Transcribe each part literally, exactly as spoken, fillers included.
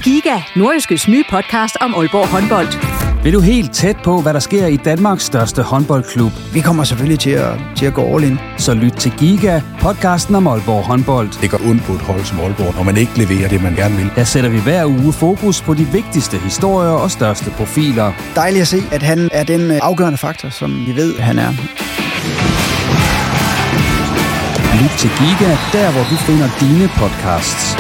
Giga, Nordjyskes nye podcast om Aalborg håndbold. Vil du helt tæt på, hvad der sker i Danmarks største håndboldklub? Vi kommer selvfølgelig til at, til at gå all in. Så lyt til Giga, podcasten om Aalborg håndbold. Det går ondt på et hold som Aalborg, når man ikke leverer det, man gerne vil. Der sætter vi hver uge fokus på de vigtigste historier og største profiler. Dejligt at se, at han er den afgørende faktor, som vi ved, han er. Lyt til Giga, der hvor du finder dine podcasts.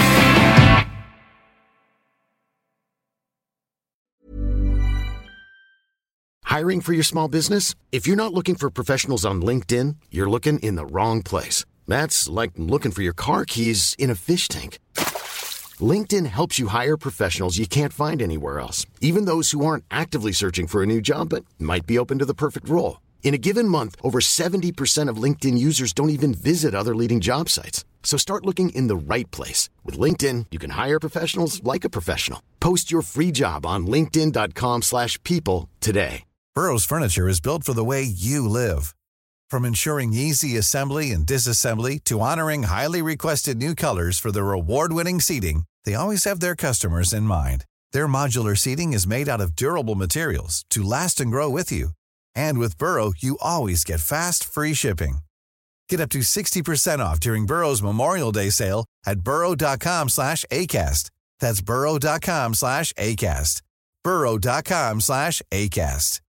Hiring for your small business? If you're not looking for professionals on LinkedIn, you're looking in the wrong place. That's like looking for your car keys in a fish tank. LinkedIn helps you hire professionals you can't find anywhere else, even those who aren't actively searching for a new job but might be open to the perfect role. In a given month, over seventy percent of LinkedIn users don't even visit other leading job sites. So start looking in the right place. With LinkedIn, you can hire professionals like a professional. Post your free job on linkedin dot com slash people today. Burrow's furniture is built for the way you live. From ensuring easy assembly and disassembly to honoring highly requested new colors for their award-winning seating, they always have their customers in mind. Their modular seating is made out of durable materials to last and grow with you. And with Burrow, you always get fast, free shipping. Get up to sixty percent off during Burrow's Memorial Day sale at burrow dot com slash acast. That's burrow dot com slash acast. burrow dot com slash acast.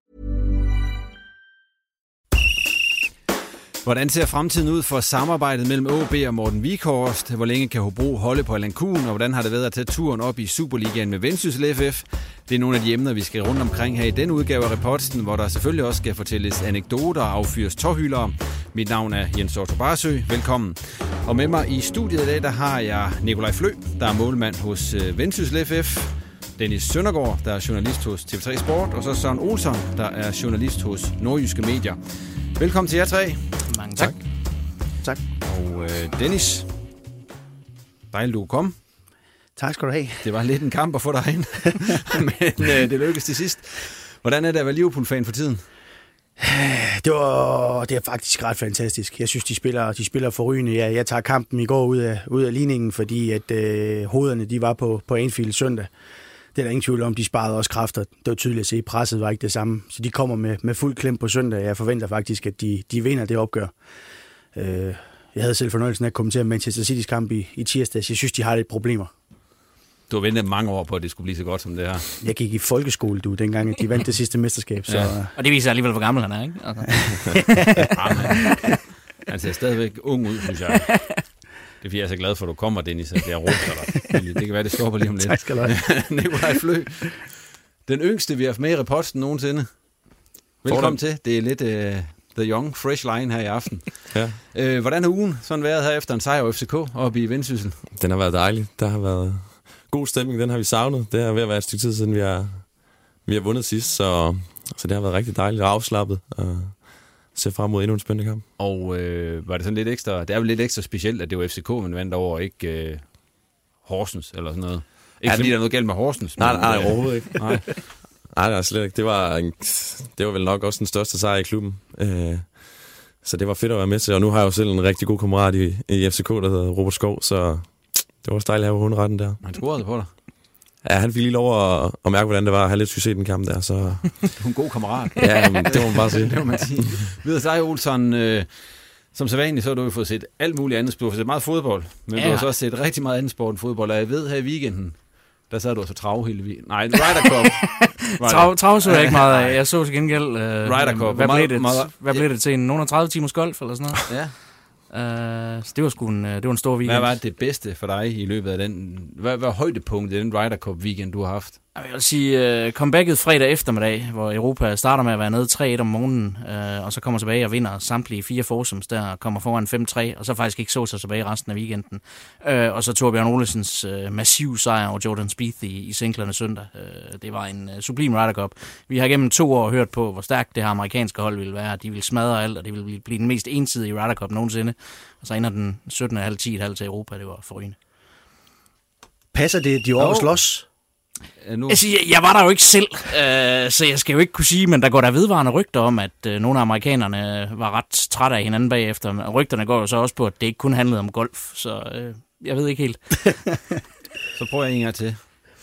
Hvordan ser fremtiden ud for samarbejdet mellem A B og Morten Wieghorst? Hvor længe kan Hobro holde på Allan Kuhn? Og hvordan har det været at tage turen op i Superligaen med Vendsyssel F F? Det er nogle af de emner, vi skal rundt omkring her i den udgave af Reporten, hvor der selvfølgelig også skal fortælles anekdoter og affyres tårhylere. Mit navn er Jens Otto Barsø. Velkommen. Og med mig i studiet i dag, der har jeg Nikolaj Flø, der er målmand hos Vendsyssel F F. Dennis Søndergaard, der er journalist hos T V tre Sport. Og så Søren Olsson, der er journalist hos Nordjyske Medier. Velkommen til jer tre. Mange tak. Tak. Og øh, Dennis, dejligt du kom. Tak skal du have. Det var lidt en kamp at få dig ind, men øh, det lykkedes til sidst. Hvordan er det at være Liverpool-fan for tiden? Det var det er faktisk ret fantastisk. Jeg synes, de spiller, de spiller forrygende. Jeg, jeg tager kampen i går ud af, ud af ligningen, fordi at øh, hovederne de var på, på Anfield søndag. Det er der ingen tvivl om, de sparede også kræfter. Det var tydeligt at se, presset var ikke det samme. Så de kommer med, med fuld klem på søndag. Jeg forventer faktisk, at de, de vinder det opgør. Øh, jeg havde selv fornøjelsen af at kommentere Manchester City's kamp i, i tirsdags. Jeg synes, de har lidt problemer. Du har ventet mange år på, at det skulle blive så godt som det her. Jeg gik i folkeskole, du, dengang at de vandt det sidste mesterskab. Så... Ja. Og det viser alligevel, hvor gammel han er, ikke? Okay. Jamen, han ser stadigvæk ung ud, synes jeg. Det er fordi, jeg er så glad for, at du kommer, Dennis, at jeg roser dig. Det kan være, det stopper lige om lidt. Tak skal du have. Nikolaj Flø, den yngste, vi har haft med i Reporten nogensinde. Velkommen til. Det er lidt uh, the young, fresh line her i aften. Ja. Uh, hvordan har ugen sådan været her efter en sejr over F C K oppe i Vendsyssel? Den har været dejlig. Der har været god stemning, den har vi savnet. Det har ved at være et stykke tid siden, vi har, vi har vundet sidst, så, så det har været rigtig dejligt og afslappet. Og ser frem mod endnu en spændende kamp. Og øh, var det sådan lidt ekstra, det er jo lidt ekstra specielt, at det var F C K, man vandt over, ikke øh, Horsens eller sådan noget. Ikke ja, fordi det... der er noget galt med Horsens. Nej, men, nej, øh, overhovedet ikke. Nej. nej, nej, slet ikke. Det var, en, det var vel nok også den største sejr i klubben. Øh, så det var fedt at være med til, og nu har jeg jo selv en rigtig god kammerat i, i F C K, der hedder Robert Skov, så det var også dejligt at have hunderetten der. Han scorede på dig. Ja, han fik lige lov at, at mærke, hvordan det var at have lidt succes i den kamp der. Så... Du er en god kammerat. Ja, men det må man bare sige. Det må man sige. Videre dig, Olsson, øh, som så vanligt, så har du jo fået set alt muligt andet sport. Du har set meget fodbold, men ja. Du har så også set rigtig meget andet sport end fodbold. Og jeg ved, her i weekenden, der sad du altså trav hele weekenden. Nej, Ryder Cup. Trav, trav så jeg ikke meget af. Jeg så til gengæld, øh, Ryder Cup. Hvad, meget, blev det, meget, hvad blev det til? Nogle tredive timers golf eller sådan noget? Ja. Uh, så det var sgu en, det var en stor weekend. Hvad var det bedste for dig i løbet af den? Hvad var højdepunktet i den Ryder Cup weekend, du har haft? Jeg vil sige, uh, comebacket fredag eftermiddag, hvor Europa starter med at være nede tre et om morgenen, uh, og så kommer tilbage og vinder samtlige fire foursomes, der kommer foran fem tre, og så faktisk ikke så sig tilbage resten af weekenden. Uh, og så Torbjørn Olesens uh, massiv sejr over Jordan Spieth i, i singlerne søndag. Uh, det var en uh, sublim Ryder Cup. Vi har gennem to år hørt på, hvor stærkt det her amerikanske hold ville være. De ville smadre alt, og det ville blive den mest ensidige Ryder Cup nogensinde. Og så ender den syttende halv ti halv til Europa. Det var forrygende. Passer det de år oh. slås? Nu. Altså, jeg, jeg var der jo ikke selv, øh, så jeg skal jo ikke kunne sige, men der går der vedvarende rygter om, at øh, nogle af amerikanerne var ret trætte af hinanden bagefter. Og rygterne går jo så også på, at det ikke kun handlede om golf, så øh, jeg ved ikke helt. Så prøver jeg en gang til.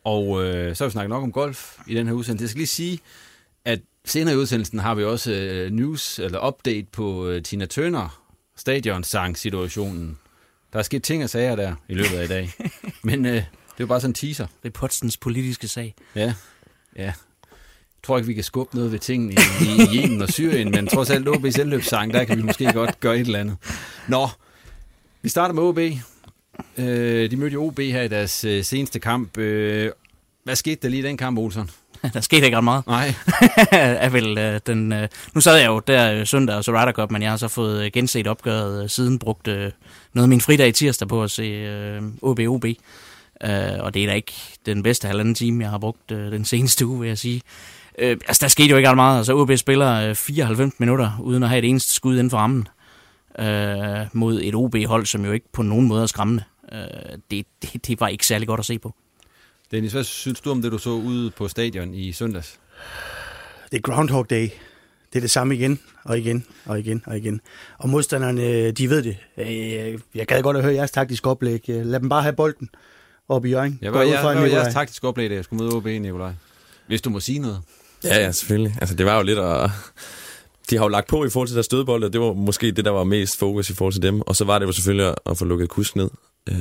Og øh, så har vi snakket nok om golf i den her udsendelse. Jeg skal lige sige, at senere i udsendelsen har vi også øh, news eller update på øh, Tina Turner stadionsang-situationen. Der er sket ting og sager der i løbet af i dag. Men øh, det er jo bare sådan en teaser. Det er Potsens politiske sag. Ja, ja. Jeg tror ikke, vi kan skubbe noget ved tingene i, i Yemen og Syrien, men trods alt O B's elløbssang, der kan vi måske godt gøre et eller andet. Nå, vi starter med O B. Øh, de mødte jo O B her i deres øh, seneste kamp. Øh, hvad skete der lige i den kamp, Olsen? Der skete ikke ret meget. Nej. er vel, øh, den, øh, nu sad jeg jo der øh, søndag og så Ryder Cup, men jeg har så fået øh, genset opgøret øh, siden, brugt øh, noget af min fridag i tirsdag på at se øh, O B O B. Øh, og det er da ikke den bedste halvanden time, jeg har brugt øh, den seneste uge, vil jeg sige. Øh, altså, der skete jo ikke ret meget. Altså, O B spiller øh, fireoghalvfems minutter, uden at have et eneste skud inden for rammen. Øh, mod et O B-hold, som jo ikke på nogen måde er skræmmende. Øh, det, det, det var ikke særlig godt at se på. Dennis, hvad synes du om det, du så ude på stadion i søndags? Det er Groundhog Day. Det er det samme igen, og igen, og igen, og igen. Og modstanderne, de ved det. Jeg gad godt at høre jeres taktiske oplæg. Lad dem bare have bolden op i Hjørring. Ja, hvad var jeres taktiske oplæg, da jeg skulle møde O B, Nikolaj? Hvis du må sige noget. Ja, ja, selvfølgelig. Altså, det var jo lidt at... De har jo lagt på i forhold til deres stødbold, og det var måske det, der var mest fokus i forhold til dem. Og så var det jo selvfølgelig at få lukket Kusk ned. Øh,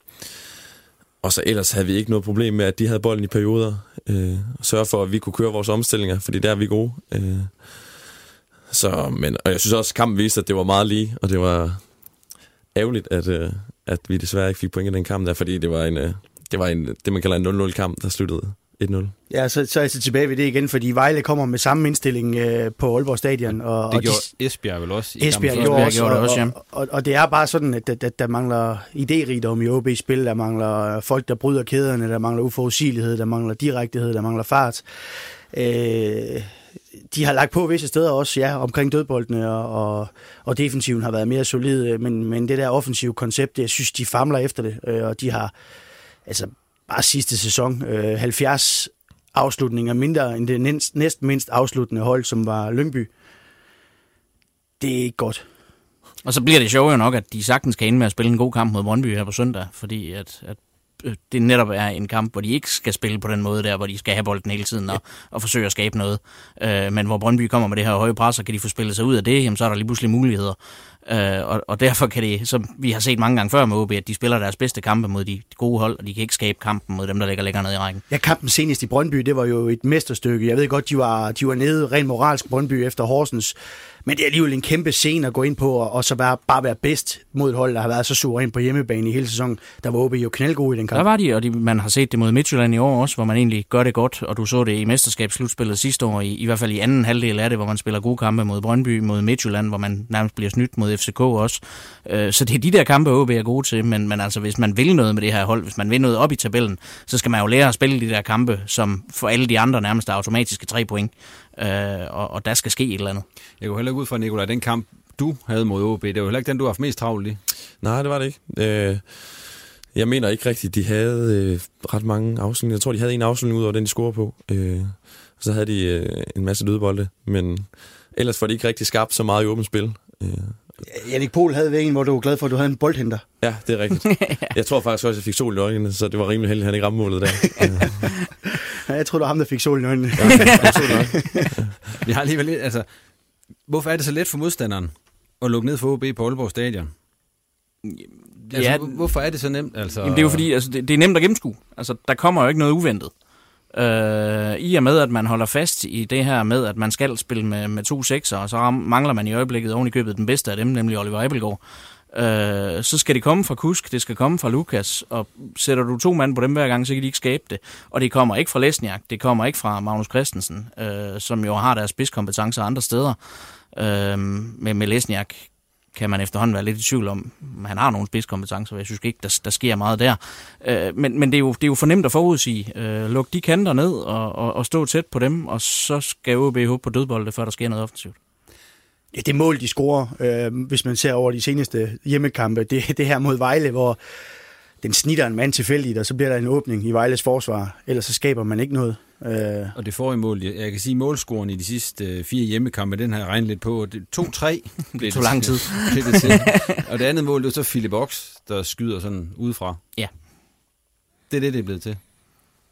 og så ellers havde vi ikke noget problem med, at de havde bolden i perioder. Øh, og sørge for, at vi kunne køre vores omstillinger, fordi der er vi gode. Øh, så, men, og jeg synes også, at kampen viste, at det var meget lige, og det var ærgerligt, at, øh, at vi desværre ikke fik point i den kamp der, fordi det var en, øh, det var en, det man kalder en nul nul kamp, der sluttede et nul. Ja, så, så er jeg så tilbage ved det igen, fordi Vejle kommer med samme indstilling øh, på Aalborg Stadion. Og, det og gjorde de, Esbjerg vel også. Esbjerg gjorde også, og, også og, og, og det er bare sådan, at, at, at der mangler idérigdom i O B-spil, der mangler folk, der bryder kæderne, der mangler uforudsigelighed, der mangler direktehed, der mangler fart. Øh, de har lagt på visse steder også, ja, omkring dødboldene, og, og, og defensiven har været mere solid, men, men det der offensive koncept, jeg synes, de famler efter det, øh, og de har, altså bare sidste sæson, øh, halvfjerds afslutninger mindre end det næst, næst mindst afsluttende hold, som var Lyngby. Det er ikke godt. Og så bliver det sjovt jo nok, at de sagtens kan ende med at spille en god kamp mod Brøndby her på søndag, fordi at, at det netop er en kamp, hvor de ikke skal spille på den måde der, hvor de skal have bolden hele tiden og, og forsøge at skabe noget. Øh, men hvor Brøndby kommer med det her høje pres, og kan de få spillet sig ud af det, jamen, så er der lige pludselig muligheder. Øh, og, og derfor kan det, som vi har set mange gange før med O B, at de spiller deres bedste kampe mod de gode hold, og de kan ikke skabe kampen mod dem, der ligger længere nede i rækken. Ja, kampen senest i Brøndby, det var jo et mesterstykke. Jeg ved godt, de var, de var nede rent moralsk Brøndby efter Horsens, men det er alligevel en kæmpe scene at gå ind på, og, og så bare, bare være bedst mod et hold, der har været så suveræn på hjemmebane i hele sæsonen. Der var O B jo knaldgode i den kamp. Der var de, og de, man har set det mod Midtjylland i år også, hvor man egentlig gør det godt, og du så det i mesterskabsslutspillet sidste år, i, i hvert fald i anden halvdel af det, hvor man spiller gode kampe mod Brøndby, mod Midtjylland, hvor man nærmest bliver snydt mod F C K også. Øh, så det er de der kampe, O B er gode til, men, men altså, hvis man vil noget med det her hold, hvis man vil noget op i tabellen, så skal man jo lære at spille de der kampe, som for alle de andre nærmest er automatiske tre point, øh, og, og der skal ske et eller andet. Jeg går heller ikke ud fra, Nikolaj, den kamp, du havde mod O B, det var heller ikke den, du har haft mest travlt i. Nej, det var det ikke. Øh, jeg mener ikke rigtigt, de havde øh, ret mange afslutninger. Jeg tror, de havde en afslutning ud over den, de scorede på. Øh, så havde de øh, en masse dødbolde, men ellers var de ikke rigtig skabt så meget i åbent spil. Øh, Jannik Pohl havde ved en, hvor du var glad for, at du havde en boldhenter. Ja, det er rigtigt. Jeg tror faktisk også, at jeg fik sol i øjnene, så det var rimelig heldigt, at han ikke ramte målet der. Ja, jeg tror, det var ham, der fik sol i øjnene. Ja, jeg så det nok. Vi har alligevel lidt, altså, hvorfor er det så let for modstanderen at lukke ned for O B på Aalborg Stadion? Altså, ja, hvorfor er det så nemt? Altså? Jamen, det er jo fordi, altså, det, det er nemt at gennemskue. Altså, der kommer jo ikke noget uventet. Øh, I og med, at man holder fast i det her med, at man skal spille med, med to sekser, og så mangler man i øjeblikket oven i købet den bedste af dem, nemlig Oliver Abelgaard. Øh, så skal det komme fra Kusk, det skal komme fra Lukas, og sætter du to mand på dem hver gang, så kan de ikke skabe det. Og det kommer ikke fra Lesniak, det kommer ikke fra Magnus Christensen, øh, som jo har deres spidskompetencer andre steder. Øh, med, med Lesniak kan man efterhånden være lidt i tvivl om, han har nogle spidskompetencer, jeg synes ikke, der, der sker meget der. Øh, men men det, er jo, det er jo for nemt at forudsige. Øh, luk de kanter ned og, og, og stå tæt på dem, og så skal O B håbe på dødbolde, før der sker noget offensivt. Ja, det mål, de scorer, øh, hvis man ser over de seneste hjemmekampe, det, det her mod Vejle, hvor den snitter en mand tilfældigt, og så bliver der en åbning i Vejles forsvar, ellers så skaber man ikke noget. Øh. Og det får i mål, jeg kan sige, målscoren i de sidste fire hjemmekampe, den har jeg regnet lidt på, to tre det tog lang tid. Det til. Og det andet mål, det er så Philip Ox, der skyder sådan udefra. Ja. Det er det, det er blevet til.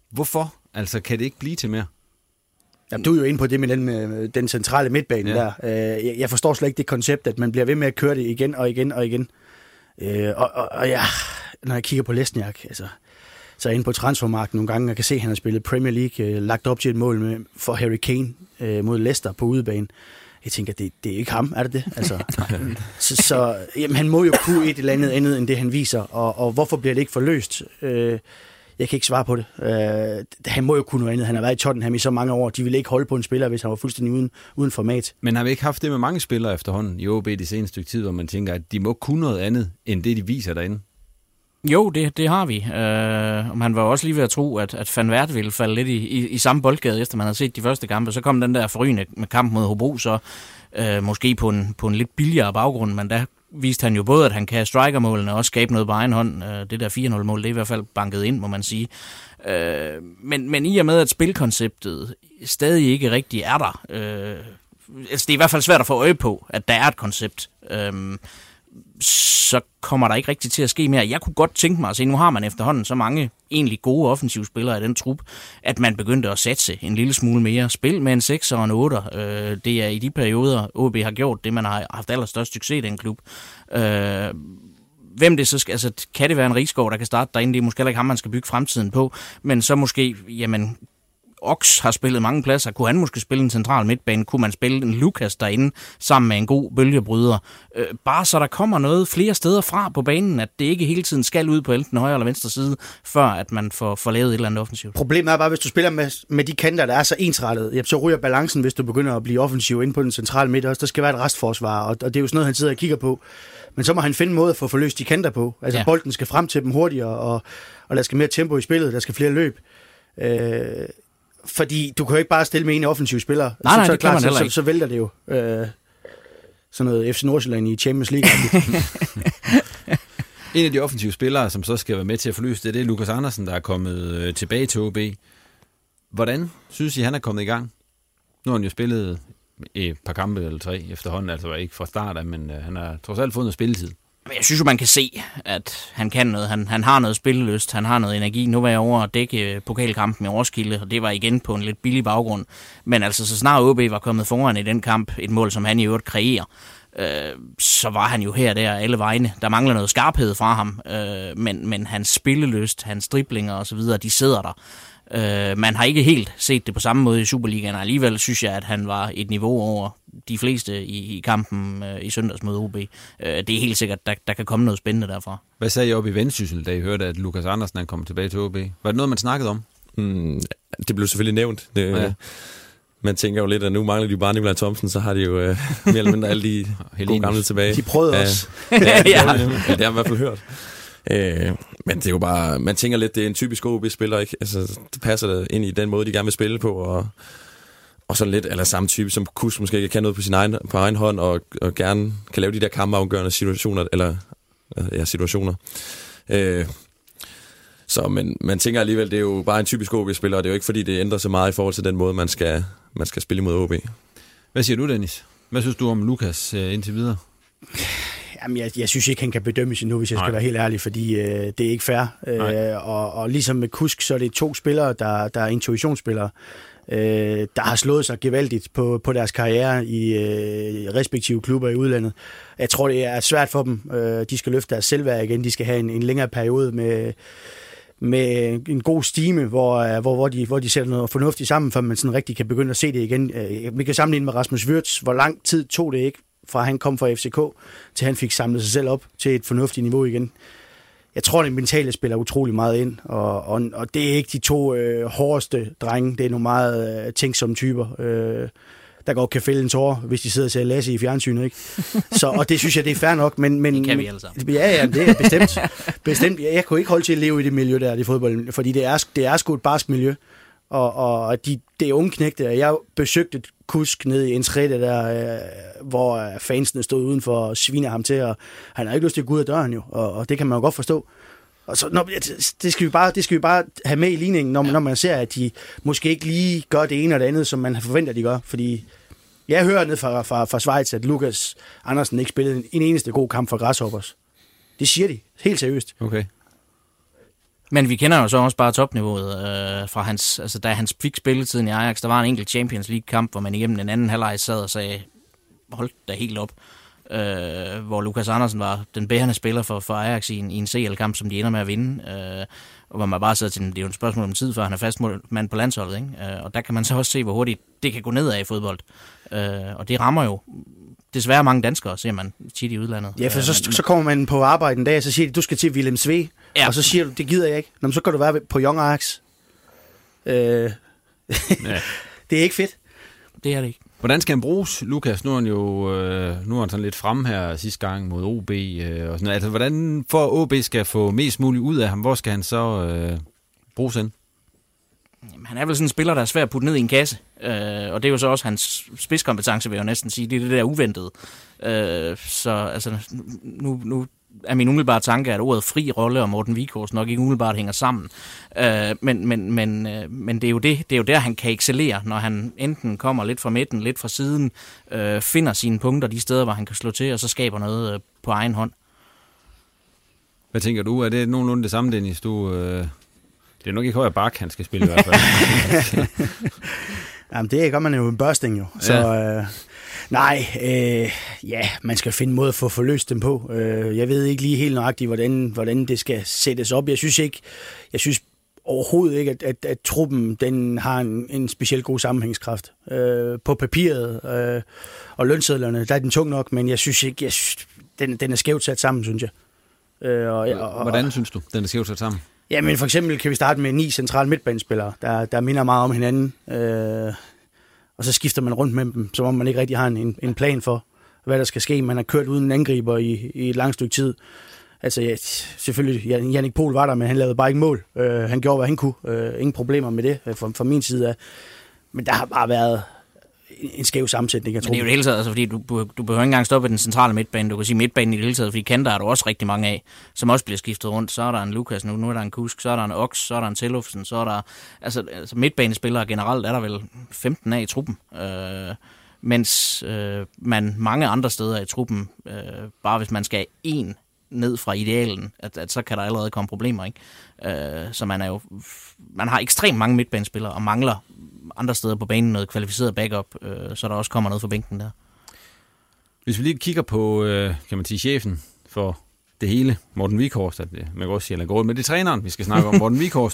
Hvorfor? Altså, kan det ikke blive til mere? Jamen, du er jo inde på det med den, med den centrale midtbane ja. der. Jeg forstår slet ikke det koncept, at man bliver ved med at køre det igen og igen og igen. Og, og, og ja, når jeg kigger på Lesniak, altså, så er jeg inde på transfermarkedet nogle gange, og kan se, at han har spillet Premier League, lagt op til et mål med, for Harry Kane mod Leicester på udebane. Jeg tænker, det, det er ikke ham, er det det? Altså, så så jamen, han må jo kunne et eller andet andet, end det han viser, og, og hvorfor bliver det ikke forløst? Øh, jeg kan ikke svare på det. Øh, han må jo kunne noget andet. Han har været i Tottenham i så mange år. De ville ikke holde på en spiller, hvis han var fuldstændig uden, uden format. Men har vi ikke haft det med mange spillere efterhånden i O B det seneste stykke tid, hvor man tænker, at de må kunne noget andet, end det de viser derinde? Jo, det, det har vi. Øh, man var også lige ved at tro, at, at Van Wert ville falde lidt i, i, i samme boldgade, efter man havde set de første kampe. Så kom den der forrygende med kamp mod Hobro, så øh, måske på en, på en lidt billigere baggrund, men der viste han jo både, at han kan strikermålene og også skabe noget på egen hånd. Øh, det der fire nul-mål, det er i hvert fald banket ind, må man sige. Øh, men, men i og med, at spilkonceptet stadig ikke rigtig er der, øh, altså det er i hvert fald svært at få øje på, at der er et koncept, øh, så kommer der ikke rigtig til at ske mere. Jeg kunne godt tænke mig at se, nu har man efterhånden så mange egentlig gode offensivspillere i den trup, at man begyndte at satse en lille smule mere. Spil med en seks og en otter. Øh, det er i de perioder, O B har gjort det, man har haft allerstørst succes i den klub. Øh, hvem det så skal, altså kan det være en Rigsgaard, der kan starte derinde? Det er måske heller ikke ham, man skal bygge fremtiden på, men så måske, jamen, Ox har spillet mange pladser. Kunne han måske spille en central midtbane? Kunne man spille en Lukas derinde sammen med en god bølgebryder? Øh, bare så der kommer noget flere steder fra på banen, at det ikke hele tiden skal ud på enten højre eller venstre side, før at man får, får lavet et eller andet offensivt. Problemet er bare, hvis du spiller med, med de kanter, der er så ensrettet, ja, så ryger balancen, hvis du begynder at blive offensiv inde på den centrale midt også. Der skal være et restforsvar, og, og det er jo sådan noget, han sidder og kigger på. Men så må han finde en måde at få forløst de kanter på. Altså ja. Bolden skal frem til dem hurtigere, og, og der skal mere tempo i spillet, der skal flere løb. Øh, Fordi du kan jo ikke bare stille med en offensiv spiller. Nej, nej, så, det kan man så, så, så vælter det jo. Øh, sådan noget F C Nordsjælland i Champions League. En af de offensive spillere, som så skal være med til at forløse det, det er Lukas Andersen, der er kommet øh, tilbage til O B. Hvordan synes I, han er kommet i gang? Nu har han jo spillet et par kampe eller tre efterhånden, altså ikke fra start af, men øh, han har trods alt fået noget spilletid. Jeg synes jo, man kan se, at han kan noget. Han, han har noget spillelyst, han har noget energi. Nu var jeg over at dække pokalkampen i Roskilde, og det var igen på en lidt billig baggrund. Men altså, så snart O B var kommet foran i den kamp, et mål, som han i øvrigt kreerer, øh, så var han jo her og der alle vegne. Der mangler noget skarphed fra ham, øh, men, men hans spillelyst, hans driblinger osv., de sidder der. Uh, man har ikke helt set det på samme måde i Superligaen, og alligevel synes jeg, at han var et niveau over de fleste i, i kampen uh, i søndags mod O B. Uh, det er helt sikkert, der, der kan komme noget spændende derfra. Hvad sagde I oppe i Vendsyssel, da I hørte, at Lukas Andersen han kom tilbage til O B? Var det noget, man snakkede om? Mm, det blev selvfølgelig nævnt. Det, ja. Man tænker jo lidt, at nu mangler de bare Nikolaj Thomsen, så har de jo uh, mere eller mindre alle de gode gamle tilbage. De prøvede uh, også. Ja, ja, det, ja. Det har jeg i hvert fald hørt. Øh, men det er jo bare, man tænker lidt, det er en typisk O B-spiller, ikke? Altså, det passer det ind i den måde, de gerne vil spille på, og, og sådan lidt, eller samme type, som Kusk måske kan noget på sin egen, på egen hånd, og, og gerne kan lave de der kampafgørende situationer, eller ja, situationer. Øh, så, men man tænker alligevel, det er jo bare en typisk O B-spiller, og det er jo ikke, fordi det ændrer så meget i forhold til den måde, man skal, man skal spille mod O B. Hvad siger du, Dennis? Hvad synes du om Lukas øh, indtil videre? Jamen, jeg, jeg synes ikke, han kan bedømmes endnu, hvis jeg Nej. skal være helt ærlig, fordi øh, det er ikke fair. Øh, og, og ligesom med Kusk, så er det to spillere, der, der er intuitionsspillere, øh, der har slået sig gevaldigt på, på deres karriere i øh, respektive klubber i udlandet. Jeg tror, det er svært for dem. Øh, de skal løfte deres selvværd igen. De skal have en, en længere periode med, med en god stime, hvor, hvor, hvor, de, hvor de sætter noget fornuftigt sammen, før man sådan rigtig kan begynde at se det igen. Øh, vi kan sammenligne med Rasmus Wirtz. Hvor lang tid tog det ikke, fra han kom fra F C K, til han fik samlet sig selv op til et fornuftigt niveau igen. Jeg tror, det mentale spiller utrolig meget ind, og, og, og det er ikke de to øh, hårdeste drenge. Det er nogle meget øh, tænksomme typer, øh, der godt kan fælde en tårer, hvis de sidder og ser Lasse i fjernsynet, ikke? Så, og det synes jeg, det er fair nok, men... men det kan vi alle sammen. Ja, ja, det er bestemt. bestemt. Jeg kunne ikke holde til at leve i det miljø der, i fodbold, fordi det er, det er sgu et barsk miljø, og, og de, det er unge knægte. Jeg besøgte Kusk nede i Enschede der, øh, hvor fansene stod udenfor og sviner ham til, og han har ikke lyst til at gå ud af døren jo, og, og det kan man jo godt forstå. Og så, når, det, skal vi bare, det skal vi bare have med i ligningen, når, når man ser, at de måske ikke lige gør det ene og det andet, som man forventer, de gør. Fordi jeg hører ned fra, fra, fra Schweiz, at Lukas Andersen ikke spillede en eneste god kamp for Grasshoppers. Det siger de, helt seriøst. Okay. Men vi kender jo så også bare topniveauet øh, fra hans, altså da han fik spilletiden i Ajax, der var en enkelt Champions League-kamp, hvor man igennem en anden halvleg sad og sagde, hold da helt op, øh, hvor Lukas Andersen var den bærende spiller for, for Ajax i en, i en C L-kamp, som de ender med at vinde, øh, og hvor man bare sidder til, det er jo et spørgsmål om tid, før han er fast mand på landsholdet, ikke? Øh, og der kan man så også se, hvor hurtigt det kan gå nedad i fodbold, øh, og det rammer jo desværre mange danskere, ser man tit i udlandet. Ja, for så, så kommer man på arbejde en dag, og så siger de, du skal til Willem Svee, ja. Og så siger du, det gider jeg ikke. Nå, men så kan du være på Young Ajax. Øh, ja. Det er ikke fedt. Det er det ikke. Hvordan skal han bruges, Lukas? Nu er han jo øh, nu er han sådan lidt fremme her sidste gang mod O B. Øh, og sådan. Altså, hvordan for O B skal få mest muligt ud af ham, hvor skal han så øh, bruges hen? Jamen, han er vel sådan en spiller, der er svær at putte ned i en kasse. Øh, og det er jo så også hans spidskompetence, vil jeg jo næsten sige. Det er det der uventede. Øh, så altså, nu, nu er min umiddelbare tanke, at ordet fri rolle og Morten Wieghorst nok ikke umiddelbart hænger sammen. Øh, men, men, men, øh, men det er jo det, det er jo der, han kan excellere, når han enten kommer lidt fra midten, lidt fra siden, øh, finder sine punkter de steder, hvor han kan slå til, og så skaber noget øh, på egen hånd. Hvad tænker du? Er det nogenlunde det samme, Dennis? Du, øh, det er nok ikke højere bak, han skal spille i hvert fald. Jamen, det gør man jo en børsting jo. Så... Ja. Øh, Nej, øh, ja, man skal finde en måde at få forløst dem på. Øh, jeg ved ikke lige helt nøjagtigt, hvordan, hvordan det skal sættes op. Jeg synes ikke, jeg synes overhovedet ikke, at, at, at truppen den har en, en specielt god sammenhængskraft. Øh, på papiret øh, og lønsedlerne, der er den tung nok, men jeg synes ikke, jeg synes, den, den er skævt sat sammen, synes jeg. Øh, og, og, hvordan synes du, den er skævt sat sammen? Ja, men for eksempel kan vi starte med ni centrale midtbanespillere, der, der minder meget om hinanden. Øh, Og så skifter man rundt med dem, som om man ikke rigtig har en, en plan for, hvad der skal ske. Man har kørt uden en angriber i, i et langt stykke tid. Altså, ja, selvfølgelig, Jannik Pohl var der, men han lavede bare ikke mål. Uh, han gjorde, hvad han kunne. Uh, ingen problemer med det fra, fra min side af. Men der har bare været en skæv sammensætning, jeg tror. Men det er jo det hele taget, altså, fordi du, du behøver ikke engang stoppe den centrale midtbane. Du kan sige midtbanen i det hele taget, fordi kanter er der også rigtig mange af, som også bliver skiftet rundt. Så er der en Lukas nu, nu er der en Kusk, så er der en Ox, så er der en Tellufsen, så er der... Altså, altså midtbanespillere generelt er der vel femten af i truppen. Øh, mens øh, man mange andre steder i truppen, øh, bare hvis man skal have en ned fra idealen, at, at så kan der allerede komme problemer, ikke? Øh, så man er jo... Man har ekstremt mange midtbanespillere og mangler andre steder på banen noget kvalificeret backup, øh, så der også kommer noget for bænken der. Hvis vi lige kigger på, øh, kan man sige, chefen for det hele, Morten Wieghorst, at man kan også sige, at går men det er træneren, vi skal snakke om, Morten Wieghorst.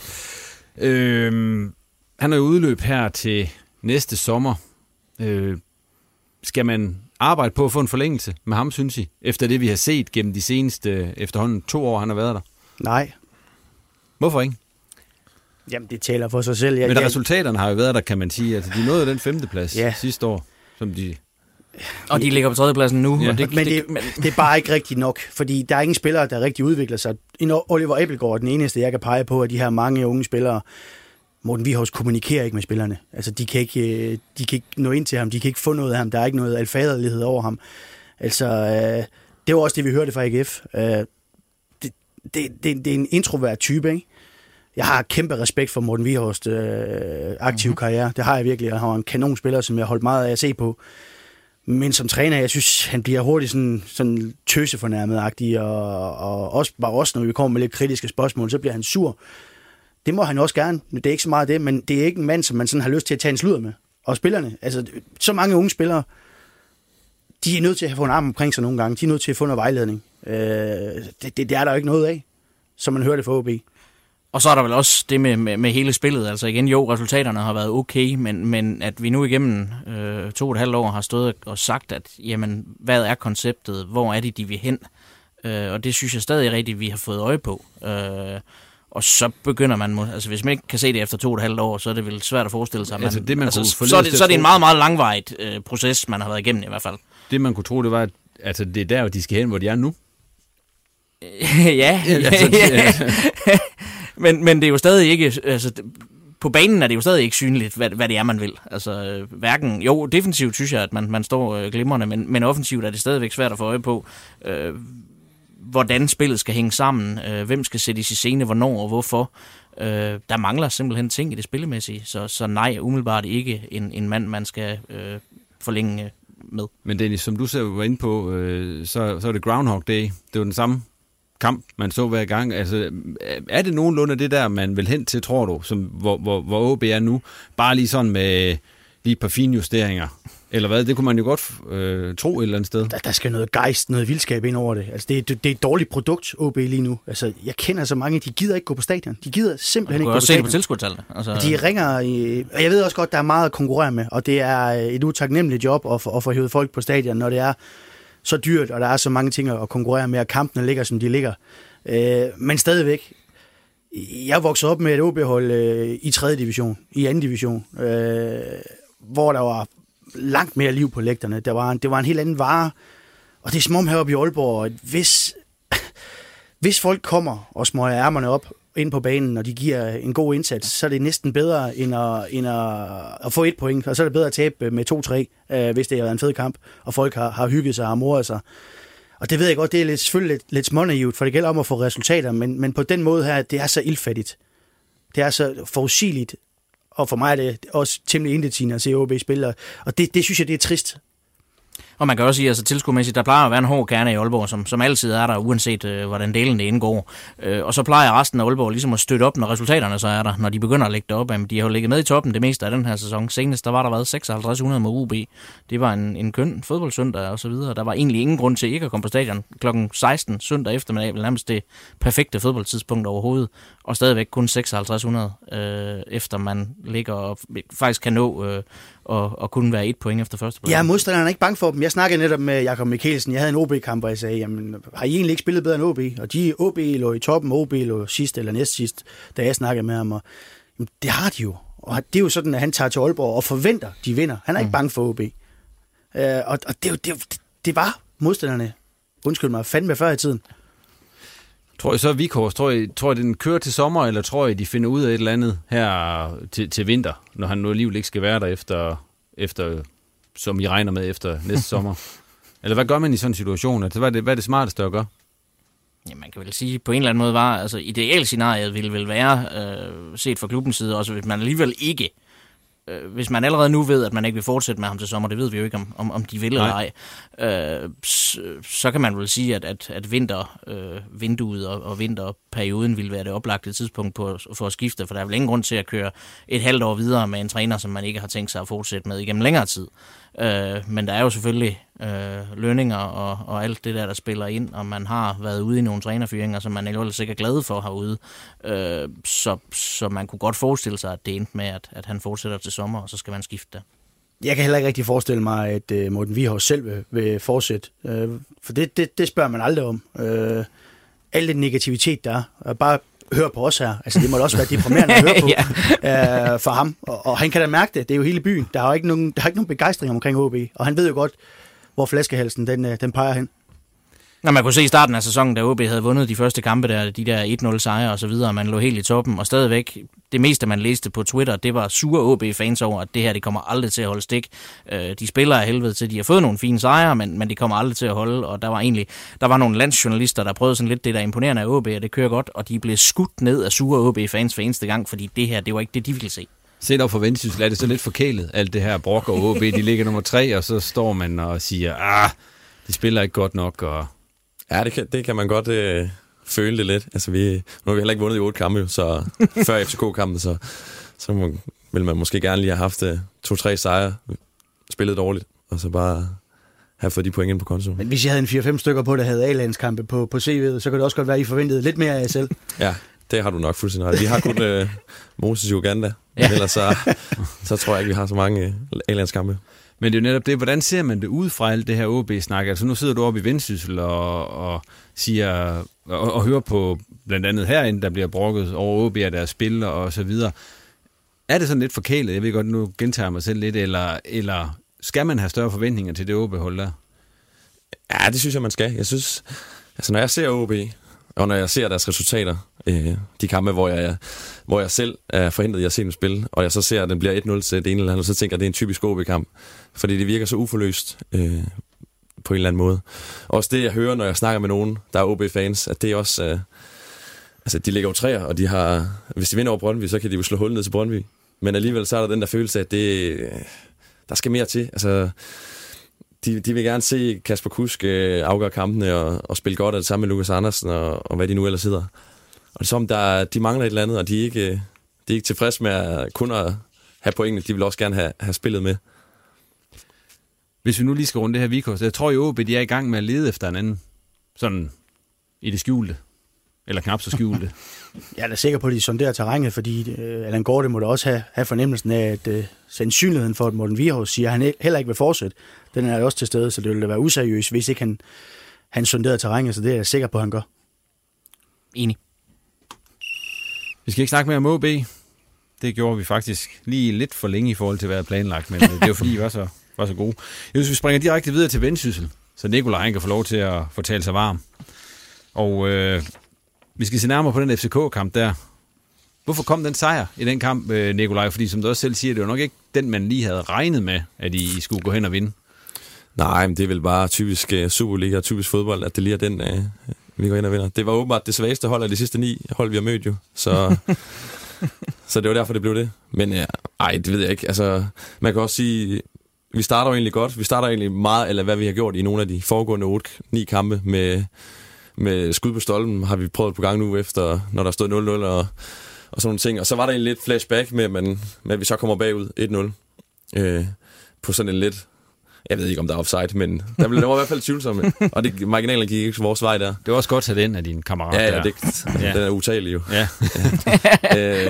Øh, han er jo udløb her til næste sommer. Øh, skal man arbejde på at få en forlængelse med ham, synes I, efter det, vi har set gennem de seneste efterhånden to år, han har været der? Nej. Hvorfor ikke? Jamen, det taler for sig selv. Jeg, Men jeg... resultaterne har jo været der, kan man sige. Altså, de nåede den femteplads ja. sidste år, som de... Og de ligger på tredjepladsen nu. Ja. Og det, men, det, men det er bare ikke rigtigt nok, fordi der er ingen spillere, der rigtig udvikler sig. Oliver Abelgaard er den eneste, jeg kan pege på, at de her mange unge spillere, Morten Wieghorst kommunikerer ikke med spillerne. Altså, de kan ikke, de kan ikke nå ind til ham, de kan ikke få noget af ham, der er ikke noget alfaderlighed over ham. Altså, øh, det var også det, vi hørte fra A G F. Øh, det, det, det, det er en introvert type, ikke? Jeg har kæmpe respekt for Morten Wieghorst øh, aktive mm-hmm. karriere. Det har jeg virkelig. Han har en kanonspiller, som jeg har holdt meget af at se på. Men som træner, jeg synes, han bliver hurtigt sådan, sådan tøsefornærmet-agtig, og, og også, bare også, når vi kommer med lidt kritiske spørgsmål, så bliver han sur. Det må han også gerne. Det er ikke så meget det, men det er ikke en mand, som man sådan har lyst til at tage en sludder med. Og spillerne, altså så mange unge spillere, de er nødt til at få en arm omkring sig nogle gange. De er nødt til at få noget vejledning. Øh, det, det, det er der jo ikke noget af, som man hører det fra O B. Og så er der vel også det med, med, med hele spillet. Altså igen, jo, resultaterne har været okay, men, men at vi nu igennem øh, to og et halvt år har stået og sagt, at jamen, hvad er konceptet? Hvor er det, de vil hen? Øh, og det synes jeg stadig rigtigt, vi har fået øje på. Øh, og så begynder man... Altså hvis man ikke kan se det efter to og et halvt år, så er det vel svært at forestille sig. Man, altså, det, man altså, så, er det, så er det en meget, meget langvarigt øh, proces, man har været igennem i hvert fald. Det man kunne tro, det var, at altså, det er der, de skal hen, hvor de er nu. ja, altså, ja. men, men det er jo stadig ikke... Altså, på banen er det jo stadig ikke synligt, hvad, hvad det er, man vil. Altså, hverken... Jo, defensivt synes jeg, at man, man står øh, glimrende, men, men offensivt er det stadigvæk svært at få øje på, øh, hvordan spillet skal hænge sammen, øh, hvem skal sættes i scene, hvornår og hvorfor. Øh, der mangler simpelthen ting i det spillemæssige, så, så nej, umiddelbart ikke en, en mand, man skal øh, forlænge med. Men Dennis, som du selv var inde på, øh, så, så er det Groundhog Day. Det var den samme kamp, man så hver gang. Altså, er det nogenlunde det der, man vil hen til, tror du, som, hvor, hvor, hvor O B er nu? Bare lige sådan med lige et par fine justeringer. Eller hvad? Det kunne man jo godt øh, tro et eller andet sted. Der, der skal noget gejst, noget vildskab ind over det. Altså, det, det, det er et dårligt produkt, O B lige nu. Altså, jeg kender så mange, de gider ikke gå på stadion. De gider simpelthen ikke gå på stadion. Du kan også se det på tilskudstallene. Altså... De ringer i... Og jeg ved også godt, der er meget at konkurrere med, og det er et utaknemmeligt job at få, at få hævet folk på stadion, når det er så dyrt, og der er så mange ting at konkurrere med, og kampene ligger, som de ligger. Øh, men stadigvæk, jeg voksede op med et O B-hold øh, i tredje division, i anden division, øh, hvor der var langt mere liv på lægterne. Der var en, det var en helt anden vare, og det er som om heroppe i Aalborg, at hvis, hvis folk kommer og smøger ærmerne op ind på banen, og de giver en god indsats, så er det næsten bedre end at, end at, at få et point, og så er det bedre at tabe med to tre, øh, hvis det har været en fed kamp, og folk har, har hygget sig og har moret sig. Og det ved jeg godt, det er lidt, selvfølgelig lidt, lidt smånaivt, for det gælder om at få resultater, men, men på den måde her, det er så ildfattigt. Det er så forudsigeligt, og for mig er det også temmelig intetsigende at se O B spille, og det, det synes jeg, det er trist. Og man kan også sige, altså tilskuermæssigt, der plejer at være en hård kerne i Aalborg, som, som altid er der, uanset øh, hvordan delen det indgår. Øh, og så plejer resten af Aalborg ligesom at støtte op, når resultaterne så er der, når de begynder at lægge det op. Jamen, de har jo ligget med i toppen det meste af den her sæson. Senest der var der været seksoghalvtreds hundrede mod O B. Det var en, en køn fodboldsøndag og så videre. Der var egentlig ingen grund til ikke at komme på stadion klokken seksten søndag eftermiddag, vel nærmest det perfekte fodboldtidspunkt overhovedet. Og stadigvæk kun seksoghalvtreds hundrede, øh, efter man ligger og faktisk kan nå øh, og, og kunne være et point efter første point. Ja, modstanderne er ikke bange for dem. Jeg snakkede netop med Jakob Mikkelsen. Jeg havde en O B-kamp, og jeg sagde, jamen, har I egentlig ikke spillet bedre end O B? Og de O B lå i toppen, O B lå sidst eller næst sidst, da jeg snakkede med ham. Og, jamen, det har de jo. Og det er jo sådan, at han tager til Aalborg og forventer, de vinder. Han er ikke bange for O B. Uh, og og det, det, det var modstanderne, undskyld mig, fandme før i tiden. Tror I så, at Vikhorst, tror I, tror I, den kører til sommer, eller tror I, de finder ud af et eller andet her til, til vinter, når han nu alligevel ikke skal være der efter, efter, som I regner med efter næste sommer? Eller hvad gør man i sådan en situation? Altså, hvad, er det, hvad er det smarteste at gøre? Ja, man kan vel sige, på en eller anden måde var, altså idealscenariet ville vel være, øh, set fra klubbens side, også hvis man alligevel ikke, øh, hvis man allerede nu ved, at man ikke vil fortsætte med ham til sommer, det ved vi jo ikke, om, om, om de vil eller ej, øh, så, så kan man vel sige, at, at, at vintervinduet øh, og, og vinterperioden vil være det oplagte tidspunkt på, for at skifte, for der er vel ingen grund til at køre et halvt år videre med en træner, som man ikke har tænkt sig at fortsætte med igennem længere tid. Øh, men der er jo selvfølgelig øh, lønninger og, og alt det der, der spiller ind, og man har været ude i nogle trænerfyringer, som man ellers ikke er glad for herude. Øh, så, så man kunne godt forestille sig, at det endte med, at, at han fortsætter til sommer, og så skal man skifte det. Jeg kan heller ikke rigtig forestille mig, at uh, Morten Vikhorst selv vil, vil fortsætte. Uh, for det, det, det spørger man aldrig om. Uh, al den negativitet, der er, bare hør på os her. Altså, det må da også være deprimerende at høre på ja. uh, for ham. Og, og han kan da mærke det. Det er jo hele byen. Der er jo ikke nogen, der er ikke nogen begejstring omkring O B. Og han ved jo godt, hvor flaskehalsen den, den peger hen. Når man kunne se i starten af sæsonen, da O B havde vundet de første kampe, der, de der et nul sejre og så videre, og man lå helt i toppen, og stadigvæk, det meste man læste på Twitter, det var sure O B-fans over, at det her, det kommer aldrig til at holde stik. De spiller af helvede til, de har fået nogle fine sejre, men, men de kommer aldrig til at holde, og der var egentlig, der var nogle landsjournalister, der prøvede sådan lidt det der imponerende af O B, og det kører godt, og de blev skudt ned af sure O B-fans for eneste gang, fordi det her, det var ikke det, de ville se. Set op for Vendsyssel er det så lidt forkælet, alt det her brok og O B, de ligger nummer tre, og så står man og siger, ah, de spiller ikke godt nok, og ja, det kan, det kan man godt øh, føle det lidt. Altså, vi, nu har vi heller ikke vundet i otte kampe, så før F C K-kampen, så, så må, vil man måske gerne lige have haft øh, to-tre sejre, spillet dårligt, og så bare have fået de point ind på kontoen. Men hvis I havde en fire-fem stykker på, der havde A-landskampe på, på C V'et, så kan det også godt være, at I forventede lidt mere af jer selv. Ja, det har du nok fuldstændig ret. Vi har kun øh, Moses i Uganda, men ellers så, så tror jeg ikke, vi har så mange øh, A-landskampe. Men det er jo netop det, hvordan ser man det ud fra alt det her O B-snak? Altså nu sidder du oppe i Vendsyssel og, og siger og, og hører på blandt andet herinde, der bliver brokket over O B og deres spil og så videre. Er det sådan lidt forkælet? Jeg ved godt, nu gentager jeg mig selv lidt, eller, eller skal man have større forventninger til det O B-hold der? Ja, det synes jeg, man skal. Jeg synes, altså når jeg ser O B, og når jeg ser deres resultater, øh, de kampe, hvor jeg, hvor jeg selv er forhindret i at se dem spille, og jeg så ser, at den bliver et nul til det ene eller andet, så tænker jeg, at det er en typisk O B-kamp, fordi det virker så uforløst øh, på en eller anden måde. Også det, jeg hører, når jeg snakker med nogen, der er O B-fans, at det er også, øh, altså de ligger jo træer, og de har, hvis de vinder over Brøndby, så kan de jo slå hul ned til Brøndby. Men alligevel så er der den der følelse af, at det, der skal mere til. Altså, de, de vil gerne se Kasper Kusk øh, afgøre kampene og, og spille godt af det samme med Lukas Andersen og, og hvad de nu ellers hedder. Og det er som, der, de mangler et eller andet, og de er ikke, de er ikke tilfredse med at kun at have pointene. De vil også gerne have, have spillet med. Hvis vi nu lige skal runde det her Vikors, jeg tror jo, at de er i gang med at lede efter en anden, sådan i det skjulte, eller knap så skjulte. Jeg er da sikker på, at de sonderer terrænet, fordi øh, Allan Gorte må da også have, have fornemmelsen af, at øh, sandsynligheden for, at Morten Wierhaus siger, at han heller ikke vil fortsætte, den er også til stede, så det ville da være useriøst, hvis ikke han, han sonderer terrænet, så det er jeg sikker på, at han gør. Enig. Vi skal ikke snakke mere om O B. Det gjorde vi faktisk lige lidt for længe i forhold til, hvad jeg havde planlagt, men det var fordi, I var så, var så gode. Jeg synes, vi springer direkte videre til Vendsyssel, så Nikolaj han kan få lov til at fortælle sig varm. Og øh, vi skal se nærmere på den F C K-kamp der. Hvorfor kom den sejr i den kamp, øh, Nikolaj? Fordi som du også selv siger, det var nok ikke den, man lige havde regnet med, at I skulle gå hen og vinde. Nej, men det er vel bare typisk uh, Superliga og typisk fodbold, at det lige er den, uh, vi går ind og vinder. Det var åbenbart det svageste hold af de sidste ni hold, vi har mødt jo. Så, så det var derfor, det blev det. Men uh, ej, det ved jeg ikke. Altså, man kan også sige, vi starter jo egentlig godt. Vi starter egentlig meget, eller hvad vi har gjort i nogle af de foregående otte ni kampe med, med skud på stolpen, har vi prøvet på gang nu efter, når der stod nul nul og, og sådan nogle ting. Og så var der en lidt flashback med, med, med at vi så kommer bagud et nul øh, på sådan en lidt... Jeg ved ikke, om der er offside, men der var i hvert fald tvivlsomme. Og det, marginalen gik ikke vores vej der. Det var også godt at den af din kammerat. Ja, ja, det, ja. Den er utagelig jo. Ja. ja. øh,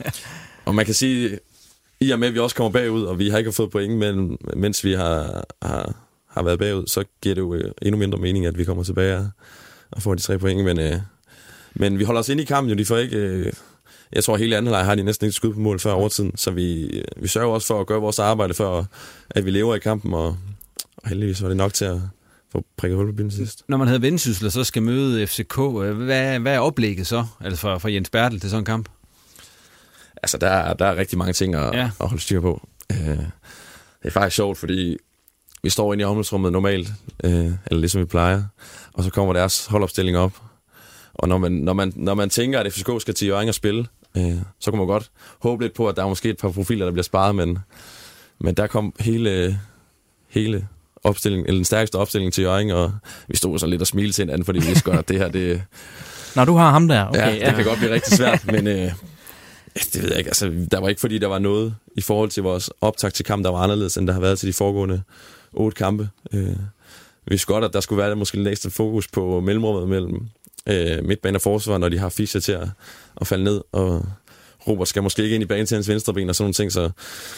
og man kan sige, i og med, at vi også kommer bagud, og vi har ikke fået point, men, mens vi har, har, har været bagud, så giver det jo endnu mindre mening, at vi kommer tilbage og, og får de tre point. Men, øh, men vi holder os inde i kampen, jo. De får ikke... Øh, Jeg tror, at hele anden leg har de næsten ikke skud på mål før overtiden, så vi, vi sørger også for at gøre vores arbejde for, at vi lever i kampen, og, og heldigvis var det nok til at få prikket hul på bilen sidst. Når man havde Vendsyssel og så skal møde F C K, hvad, hvad er oplægget så, altså for, for Jens Bertel til sådan en kamp? Altså, der, der er rigtig mange ting at, ja. at holde styr på. Uh, det er faktisk sjovt, fordi vi står inde i omklædningsrummet normalt, uh, eller ligesom vi plejer, og så kommer deres holdopstilling op. Og når man, når, man, når man tænker, at F C K skal til Hjørring og spille, øh, så kan man godt håbe lidt på, at der er måske et par profiler, der bliver sparet, men, men der kom hele, hele opstillingen, eller den stærkeste opstilling til Hjørring, og vi stod så lidt og smilte til hinanden, fordi vi vidste godt, at det her, det... Nå, du har ham der, okay. Ja, det ja. kan godt blive rigtig svært, men øh, det ved jeg ikke, altså, der var ikke fordi, der var noget i forhold til vores optakt til kamp, der var anderledes, end der har været til de foregående otte kampe. Øh, vi vidste godt, at der skulle være måske lidt ekstra fokus på mellemrummet mellem Øh, midtbane og forsvar, når de har Fischer til at, at falde ned, og Robert skal måske ikke ind i banen til hans venstre ben og sådan nogle ting, så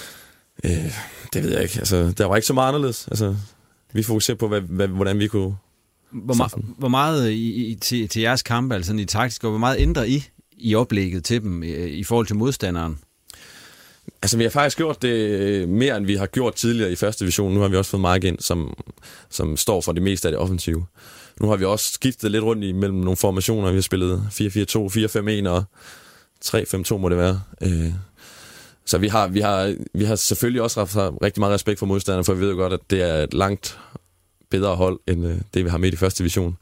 øh, det ved jeg ikke. Altså, der var ikke så meget anderledes. Altså, vi fokuserer på, hvad, hvad, hvordan vi kunne... Hvor, ma- hvor meget i, i, til, til jeres kampe, altså i taktisk, og hvor meget ændrer I i oplægget til dem i, i forhold til modstanderen? Altså, vi har faktisk gjort det mere, end vi har gjort tidligere i første division. Nu har vi også fået Mark ind, som, som står for det meste af det offensive. Nu har vi også skiftet lidt rundt imellem nogle formationer. Vi har spillet fire fire to, fire fem en og tre fem to må det være. Så vi har, vi har, vi har selvfølgelig også haft rigtig meget respekt for modstanderne, for vi ved jo godt, at det er et langt bedre hold, end det vi har med i første division.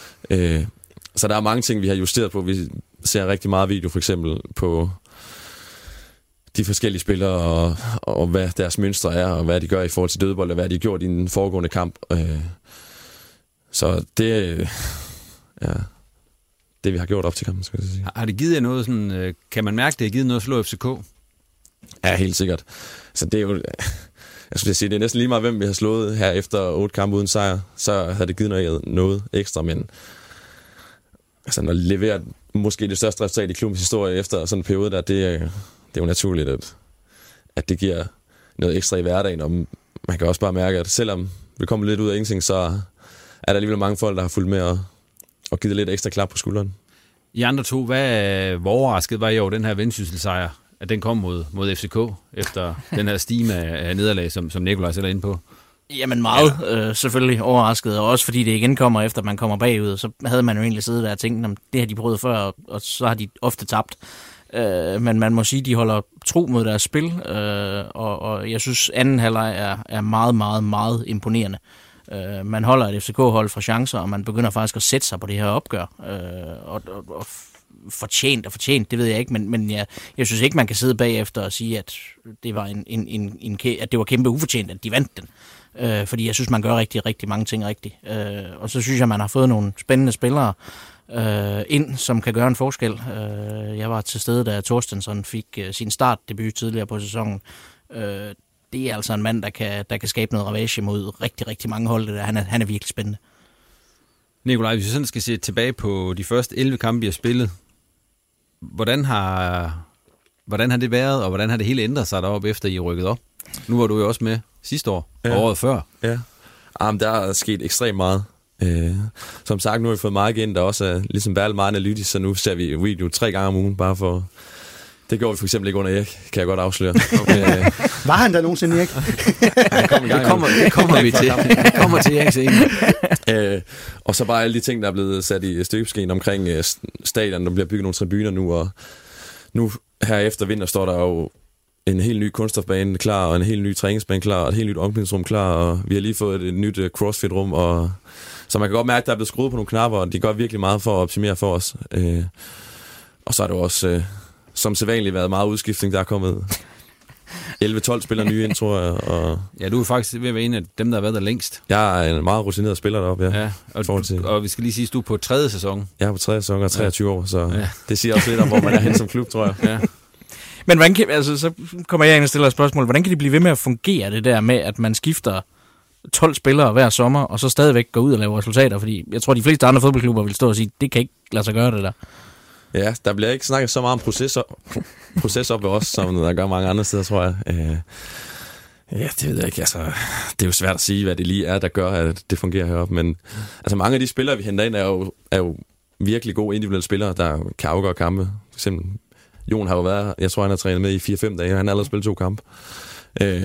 Så der er mange ting, vi har justeret på. Vi ser rigtig meget video, for eksempel på de forskellige spillere, og, og hvad deres mønstre er, og hvad de gør i forhold til dødbold, og hvad de har gjort i den foregående kamp. Så det ja, det vi har gjort op til kampen, skal jeg sige. Har det givet jer noget sådan, kan man mærke, det har givet noget at slå F C K? Ja, helt sikkert. Så det er jo, jeg skulle sige, det er næsten lige meget, hvem vi har slået her efter otte kampe uden sejr, så har det givet noget, noget ekstra, men altså, når leverer måske det største resultat i klubbens historie efter sådan en periode der, det, det er jo naturligt, at, at det giver noget ekstra i hverdagen, og man kan også bare mærke, at selvom vi kommer lidt ud af ingenting, så er der alligevel mange folk, der har fulgt med og, og givet lidt ekstra klap på skulderen. I andre to, hvad, hvor overrasket var I over den her Vendsyssel-sejr, at den kom mod, mod F C K, efter den her stime af nederlag, som, som Nikolaj sætter ind på? Jamen meget, ja. øh, selvfølgelig overrasket, og også fordi det igen kommer efter, at man kommer bagud, så havde man jo egentlig siddet der og tænkt, om det har de prøvet før, og så har de ofte tabt. Øh, men man må sige, at de holder tro mod deres spil, øh, og, og jeg synes, anden halvleg er, er meget, meget, meget imponerende. Øh, man holder et F C K-hold fra chancer, og man begynder faktisk at sætte sig på det her opgør, øh, og, og, og fortjent og fortjent, det ved jeg ikke, men, men jeg, jeg synes ikke, man kan sidde bagefter og sige, at det var en, en, en, en, at det var kæmpe ufortjent, at de vandt den. Øh, fordi jeg synes, man gør rigtig, rigtig mange ting rigtigt. Øh, og så synes jeg, man har fået nogle spændende spillere øh, ind, som kan gøre en forskel. Øh, jeg var til stede, da Torstensson fik øh, sin startdebut tidligere på sæsonen. Øh, det er altså en mand, der kan, der kan skabe noget ravage mod rigtig, rigtig mange hold. Det der. Han, er, han er virkelig spændende. Nikolaj, hvis vi sådan skal se tilbage på de første elleve kampe, vi har spillet, hvordan har, hvordan har det været, og hvordan har det hele ændret sig deroppe, efter I er rykket op? Nu var du jo også med sidste år, ja. og året før. Ja, Jamen, der er sket ekstremt meget. Øh, som sagt, nu har vi fået meget igen, der også er ligesom været meget analytisk, så nu ser vi video tre gange om ugen, bare for... Det gjorde vi for eksempel ikke under Erik, kan jeg godt afsløre. Okay. Var han der nogensinde, Erik? Ja, kom det, kommer, det kommer vi til. Det kommer til Erik senere. Øh, og så bare alle de ting, der er blevet sat i støbeskeen omkring øh, stadion, der bliver bygget nogle tribuner nu, og nu her efter vinter står der jo en helt ny kunststofbane klar, og en helt ny træningsbane klar, og et helt nyt omklædningsrum klar, og vi har lige fået et, et nyt uh, crossfit-rum, og så man kan godt mærke, at der er blevet skruet på nogle knapper, og de gør virkelig meget for at optimere for os. Øh, og så er det også, øh, som sædvanligt, været meget udskiftning, der er kommet elleve tolv spillere nye ind, tror jeg. Og ja, du er faktisk ved at være en af dem, der har været der længst. Jeg er en meget rutineret spiller deroppe, ja. ja og, til... og vi skal lige sige, at du er på tredje sæson. Jeg er på tredje sæson og treogtyve ja. år, så ja. det siger også lidt om, hvor man er hen som klub, tror jeg. Ja. Men hvordan kan, altså, så kommer jeg ind og stiller et spørgsmål. Hvordan kan det blive ved med at fungere, det der med, at man skifter tolv spillere hver sommer, og så stadigvæk går ud og laver resultater? Fordi jeg tror, de fleste andre fodboldklubber vil stå og sige, det kan ikke lade sig gøre, det der. Ja, der bliver ikke snakket så meget om processer, proces op ved os, som der gør mange andre steder, tror jeg. Øh, ja, det ved jeg ikke. Altså, det er jo svært at sige, hvad det lige er, der gør, at det fungerer heroppe. Men altså, mange af de spillere, vi henter ind, er jo, er jo virkelig gode individuelle spillere, der kan afgøre kampe. For eksempel, Jon har jo været, jeg tror, han har trænet med i fire fem dage, og han har allerede spillet to kampe. Øh,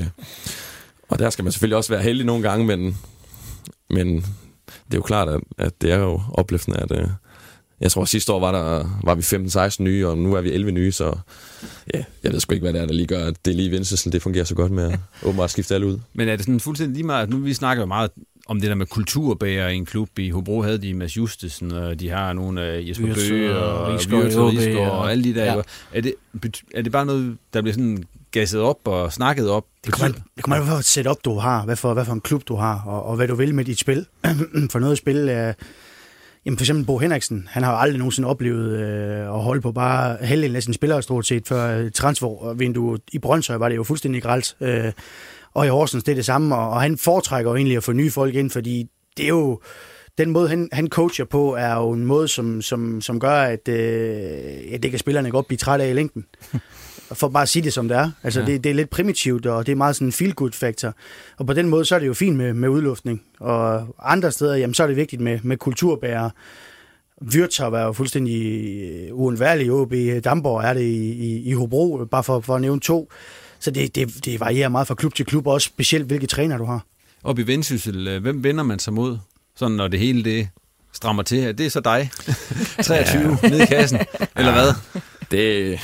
og der skal man selvfølgelig også være heldig nogle gange, men, men det er jo klart, at, at det er jo opløftende, at... Øh, Jeg tror, at sidste år var, der, var vi femten seksten nye, og nu er vi elleve nye, så ja, jeg ved sgu ikke, hvad det er, der lige gør, at det lige Vendsyssel, det fungerer så godt med at åbenbart skifte alle ud. Men er det sådan fuldstændig lige meget, nu vi snakker jo meget om det der med kulturbærer i en klub. I Hobro havde de Mads Justesen, og de har nogle af Jesper Bøge og Rigsgaard og alle de der. Ja. Er, det, er det bare noget, der bliver sådan gasset op og snakket op? Det kommer det kommer an på, hvad for et setup du har, hvad for, hvad for en klub du har, og, og hvad du vil med dit spil. For noget spil er... Jamen for eksempel Bo Henriksen, han har jo aldrig nogensinde oplevet øh, at holde på bare halvdelen af sine spillere stort set, før transfervinduet i Brøndshøj var det jo fuldstændig grelt. Øh, og i Horsens det er det samme, og, og han foretrækker jo egentlig at få nye folk ind, fordi det er jo, den måde han, han coacher på, er jo en måde, som, som, som gør, at, øh, at det kan spillerne godt blive træt af i længden. For bare at sige det, som det er. Altså, ja. det, det er lidt primitivt, og det er meget sådan en feel-good-faktor. Og på den måde, så er det jo fint med, med udluftning. Og andre steder, jamen, så er det vigtigt med, med kulturbærere. Wirtz har været fuldstændig uundværlig i O B. Damborg er det i, i, i Hobro, bare for, for at nævne to. Så det, det, det varierer meget fra klub til klub, og også specielt, hvilke træner du har. Oppe i Vendsyssel, hvem vender man sig mod? Sådan, når det hele det strammer til her. Det er så dig. treogtyve ja. Nede i kassen. Eller hvad? Det...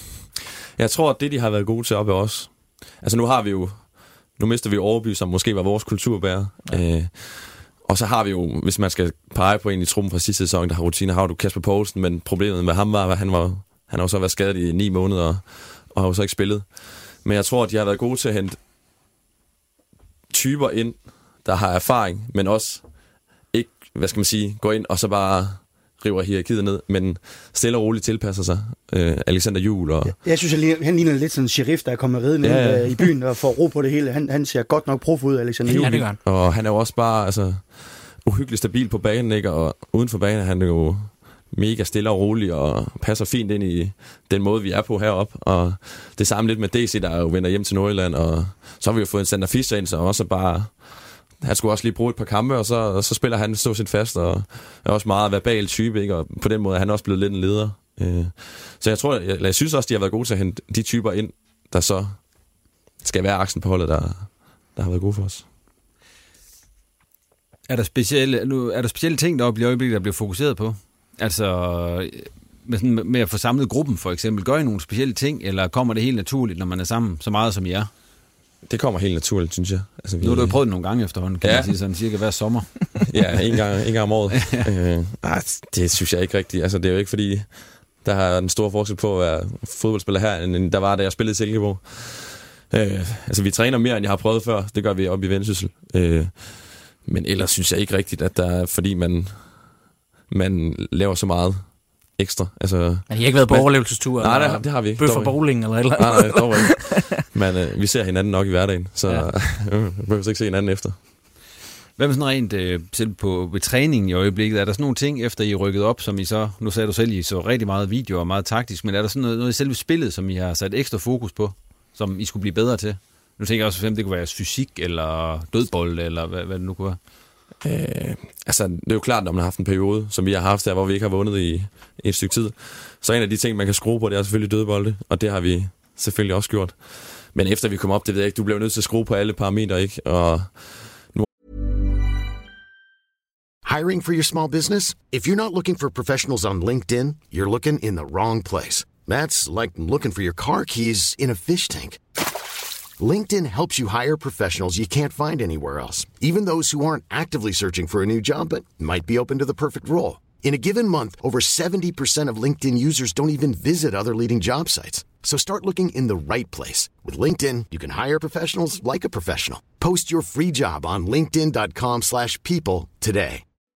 Jeg tror, at det, de har været gode til op af os. Altså nu har vi jo, nu mister vi Overby, som måske var vores kulturbærer. Ja. Øh, og så har vi jo, hvis man skal pege på en i truppen fra sidste sæson, der har rutiner, har du Kasper Poulsen, men problemet med ham var, at han var, han har jo så været skadet i ni måneder, og, og har jo så ikke spillet. Men jeg tror, at de har været gode til at hente typer ind, der har erfaring, men også ikke, hvad skal man sige, gå ind og så bare... river hierarkiet ned, men stille og roligt tilpasser sig. Øh, Alexander Juhl og... Jeg, jeg synes, at han ligner lidt sådan en sheriff, der er kommet ridende ja, ja. i byen og får ro på det hele. Han, han ser godt nok prof ud, Alexander Juhl. Ja, og han er jo også bare altså, uhyggeligt stabil på banen, ikke? Og uden for banen han er jo mega stille og rolig og passer fint ind i den måde, vi er på heroppe. Og det samme lidt med D C, der jo vender hjem til Nordjylland, og så har vi jo fået en Sander Fischer ind, som også bare... Han skulle også lige bruge et par kampe, og så, og så spiller han stå sit fast, og er også meget verbal type, ikke? Og på den måde er han også blevet lidt en leder. Øh, så jeg tror, jeg, jeg synes også, de har været gode til at hente de typer ind, der så skal være aksen på holdet, der, der har været gode for os. Er der specielle, nu, er der specielle ting deroppe i øjeblikket, der bliver fokuseret på? Altså med, sådan, med at få samlet gruppen for eksempel. Gør I nogle specielle ting, eller kommer det helt naturligt, når man er sammen så meget som I er? Det kommer helt naturligt, synes jeg. Altså, vi... Nu har du jo prøvet det nogle gange efterhånden, kan ja. man sige, sådan cirka hver sommer. Ja, en gang, en gang om året. ja. øh, ej, det synes jeg ikke rigtigt. Altså, det er jo ikke fordi, der har en stor forskel på at være fodboldspiller her, end der var, da jeg spillede i Silkeborg. Øh, altså, vi træner mere, end jeg har prøvet før. Det gør vi op i Vendsyssel. Øh, men ellers synes jeg ikke rigtigt, at der er, fordi man, man laver så meget ekstra. Altså, men I har ikke været på overlevelsestur? Nej, nej, det har vi ikke. Bøf og bowling eller et eller andet? Nej, nej, dog ikke. Men øh, vi ser hinanden nok i hverdagen, så ja. Vi behøver ikke se hinanden efter. Hvad med sådan rent øh, selv på ved træningen i øjeblikket? Er der sådan nogle ting, efter I er rykket op, som I så, nu sagde du selv, I så rigtig meget video og meget taktisk, men er der sådan noget, noget i selve spillet, som I har sat ekstra fokus på, som I skulle blive bedre til? Nu tænker jeg også, at det kunne være fysik eller dødbold, eller hvad, hvad det nu kunne være. Øh, altså, det er jo klart, når man har haft en periode, som vi har haft der, hvor vi ikke har vundet i, i et stykke tid. Så en af de ting, man kan skrue på, det er selvfølgelig dødbolde, og det har vi selvfølgelig også gjort. Men efter vi kom op, det ved jeg ikke, du bliver nødt til at skrue på alle parametre, ikke? Og nu... Hiring for your small business? If you're not looking for professionals on LinkedIn, you're looking in the wrong place. That's like looking for your car keys in a fish tank. LinkedIn helps you hire professionals you can't find anywhere else, even those who aren't actively searching for a new job but might be open to the perfect role. In a given month, over seventy percent of LinkedIn users don't even visit other leading job sites. So start looking in the right place. With LinkedIn, you can hire professionals like a professional. Post your free job on linkedin dot com slash people today.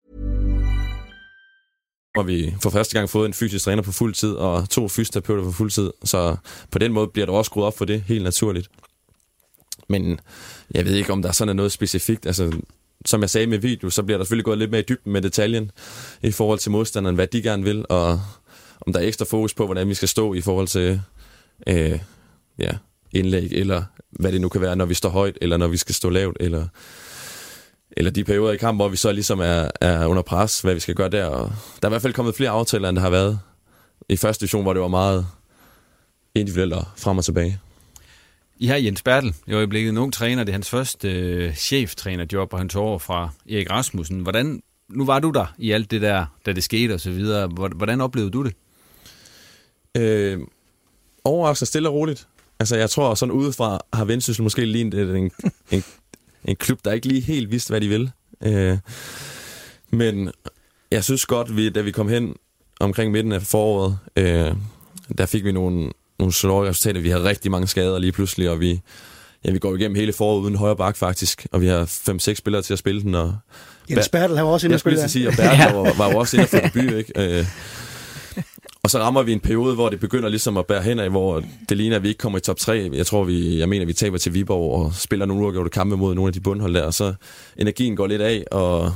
Hvor vi for første gang fået en fysisk træner på fuld tid, og to fysioterapeuter på fuld tid. Så på den måde bliver der også skruet op for det, helt naturligt. Men jeg ved ikke, om der er sådan noget specifikt. Altså, som jeg sagde med video, så bliver der selvfølgelig gået lidt mere i dybden med detaljen i forhold til modstanderen, hvad de gerne vil, og om der er ekstra fokus på, hvordan vi skal stå i forhold til øh, ja, indlæg, eller hvad det nu kan være, når vi står højt, eller når vi skal stå lavt, eller, eller de perioder i kamp, hvor vi så ligesom er, er under pres, hvad vi skal gøre der. Og der er i hvert fald kommet flere aftaler, end der har været i første division, hvor det var meget individuelt og frem og tilbage. I har Jens Bertel i øjeblikket, en ung træner. Det er hans første øh, cheftrænerjob, og han tog over fra Erik Rasmussen. Hvordan, nu var du der i alt det der, da det skete og så videre. Hvordan oplevede du det? Øh, overraskende stille og roligt. Altså, jeg tror, sådan udefra har Vendsyssel måske lignet en, en, en klub, der ikke lige helt vidste, hvad de ville. Øh, men jeg synes godt, vi, da vi kom hen omkring midten af foråret, øh, der fik vi nogle... nogle slårige resultater. Vi har rigtig mange skader lige pludselig, og vi, ja, vi går igennem hele foråret uden højre bak faktisk, og vi har fem seks spillere til at spille den. Og Jens Bertel har også inde at spille. Jeg skulle lige sige, og Bertel var, var jo også inde for debut, ikke? Øh, og så rammer vi en periode, hvor det begynder ligesom at bære hen af, hvor det ligner, at vi ikke kommer i top tre. Jeg tror, vi, jeg mener, vi taber til Viborg og spiller nogle uafgjorte kampe mod nogle af de bundhold der, og så energien går lidt af, og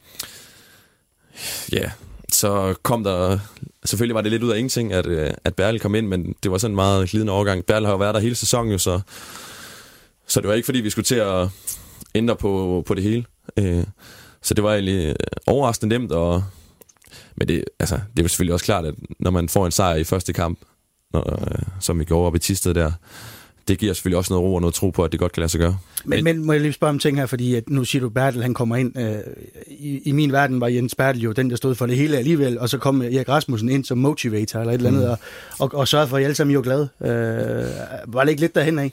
ja, så kom der... Selvfølgelig var det lidt ud af ingenting, at, at Bertel kom ind, men det var sådan en meget glidende overgang. Bertel har jo været der hele sæsonen, jo, så, så det var ikke, fordi vi skulle til at ændre på, på det hele. Så det var egentlig overraskende nemt, og, men det, altså, det er jo selvfølgelig også klart, at når man får en sejr i første kamp, når, som vi gjorde op i Thisted der, det giver selvfølgelig også noget ro og noget tro på, at det godt kan lade sig gøre. Men, men må jeg lige spørge om ting her, fordi at nu siger du, Bertel han kommer ind. Øh, i, I min verden var Jens Bertel jo den, der stod for det hele alligevel, og så kom Erik Rasmussen ind som motivator eller et eller andet, mm. og, og, og sørgede for, at I alle sammen er jo glade. Øh, var det ikke lidt derhen af?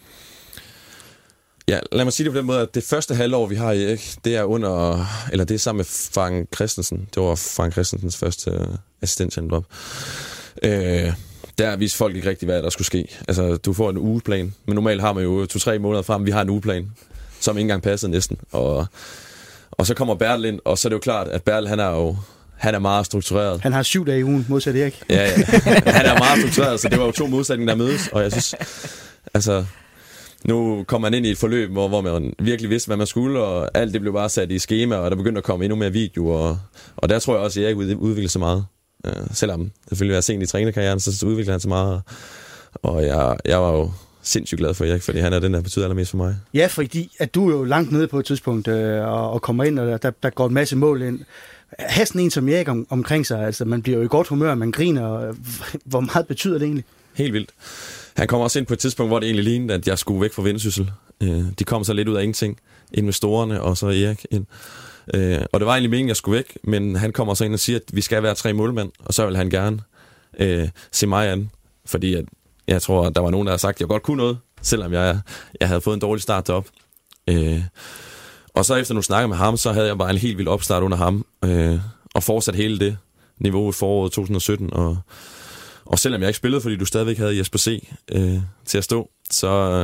Ja, lad mig sige det på den måde, at det første halvår, vi har i Erik, det er under, eller det er sammen med Frank Christensen. Det var Frank Christensens første uh, assistentjob. Øh, Der viste folk ikke rigtig, hvad der skulle ske. Altså, du får en ugeplan, men normalt har man jo to-tre måneder frem. Vi har en ugeplan, som ikke engang passede næsten. Og, og så kommer Bertel ind, og så er det jo klart, at Bertel, han er jo han er meget struktureret. Han har syv dage i ugen, modsat Erik. Ja, ja. Han er meget struktureret, så det var jo to modsætninger, der mødes. Og jeg synes, altså, nu kom man ind i et forløb, hvor, hvor man virkelig vidste, hvad man skulle, og alt det blev bare sat i skema, og der begyndte at komme endnu mere video. Og, og der tror jeg også, at Erik udvikler sig meget. Uh, selvom det selvfølgelig var sent i trænerkarrieren, så udviklede han sig meget, og jeg, jeg var jo sindssygt glad for Erik, fordi han er den, der betyder allermest for mig. Ja, fordi at du er jo langt nede på et tidspunkt øh, og, og kommer ind, og der, der går en masse mål ind. Have sådan en som Erik om, omkring sig, altså man bliver jo i godt humør, man griner. Hvor meget betyder det egentlig? Helt vildt. Han kommer også ind på et tidspunkt, hvor det egentlig lignede, at jeg skulle væk fra Vendsyssel. Uh, de kom så lidt ud af ingenting. Investorerne og så Erik ind. Uh, og det var egentlig meningen, at jeg skulle væk, men han kommer så ind og siger, at vi skal være tre målmænd, og så vil han gerne uh, se mig an, fordi at jeg tror, at der var nogen, der har sagt, at jeg godt kunne noget, selvom jeg, jeg havde fået en dårlig start op. Uh, og så efter nogle snakker med ham, så havde jeg bare en helt vild opstart under ham, uh, og fortsat hele det niveau i foråret to tusind og sytten, og, og selvom jeg ikke spillede, fordi du stadigvæk havde Jesper C. Uh, til at stå, så, uh,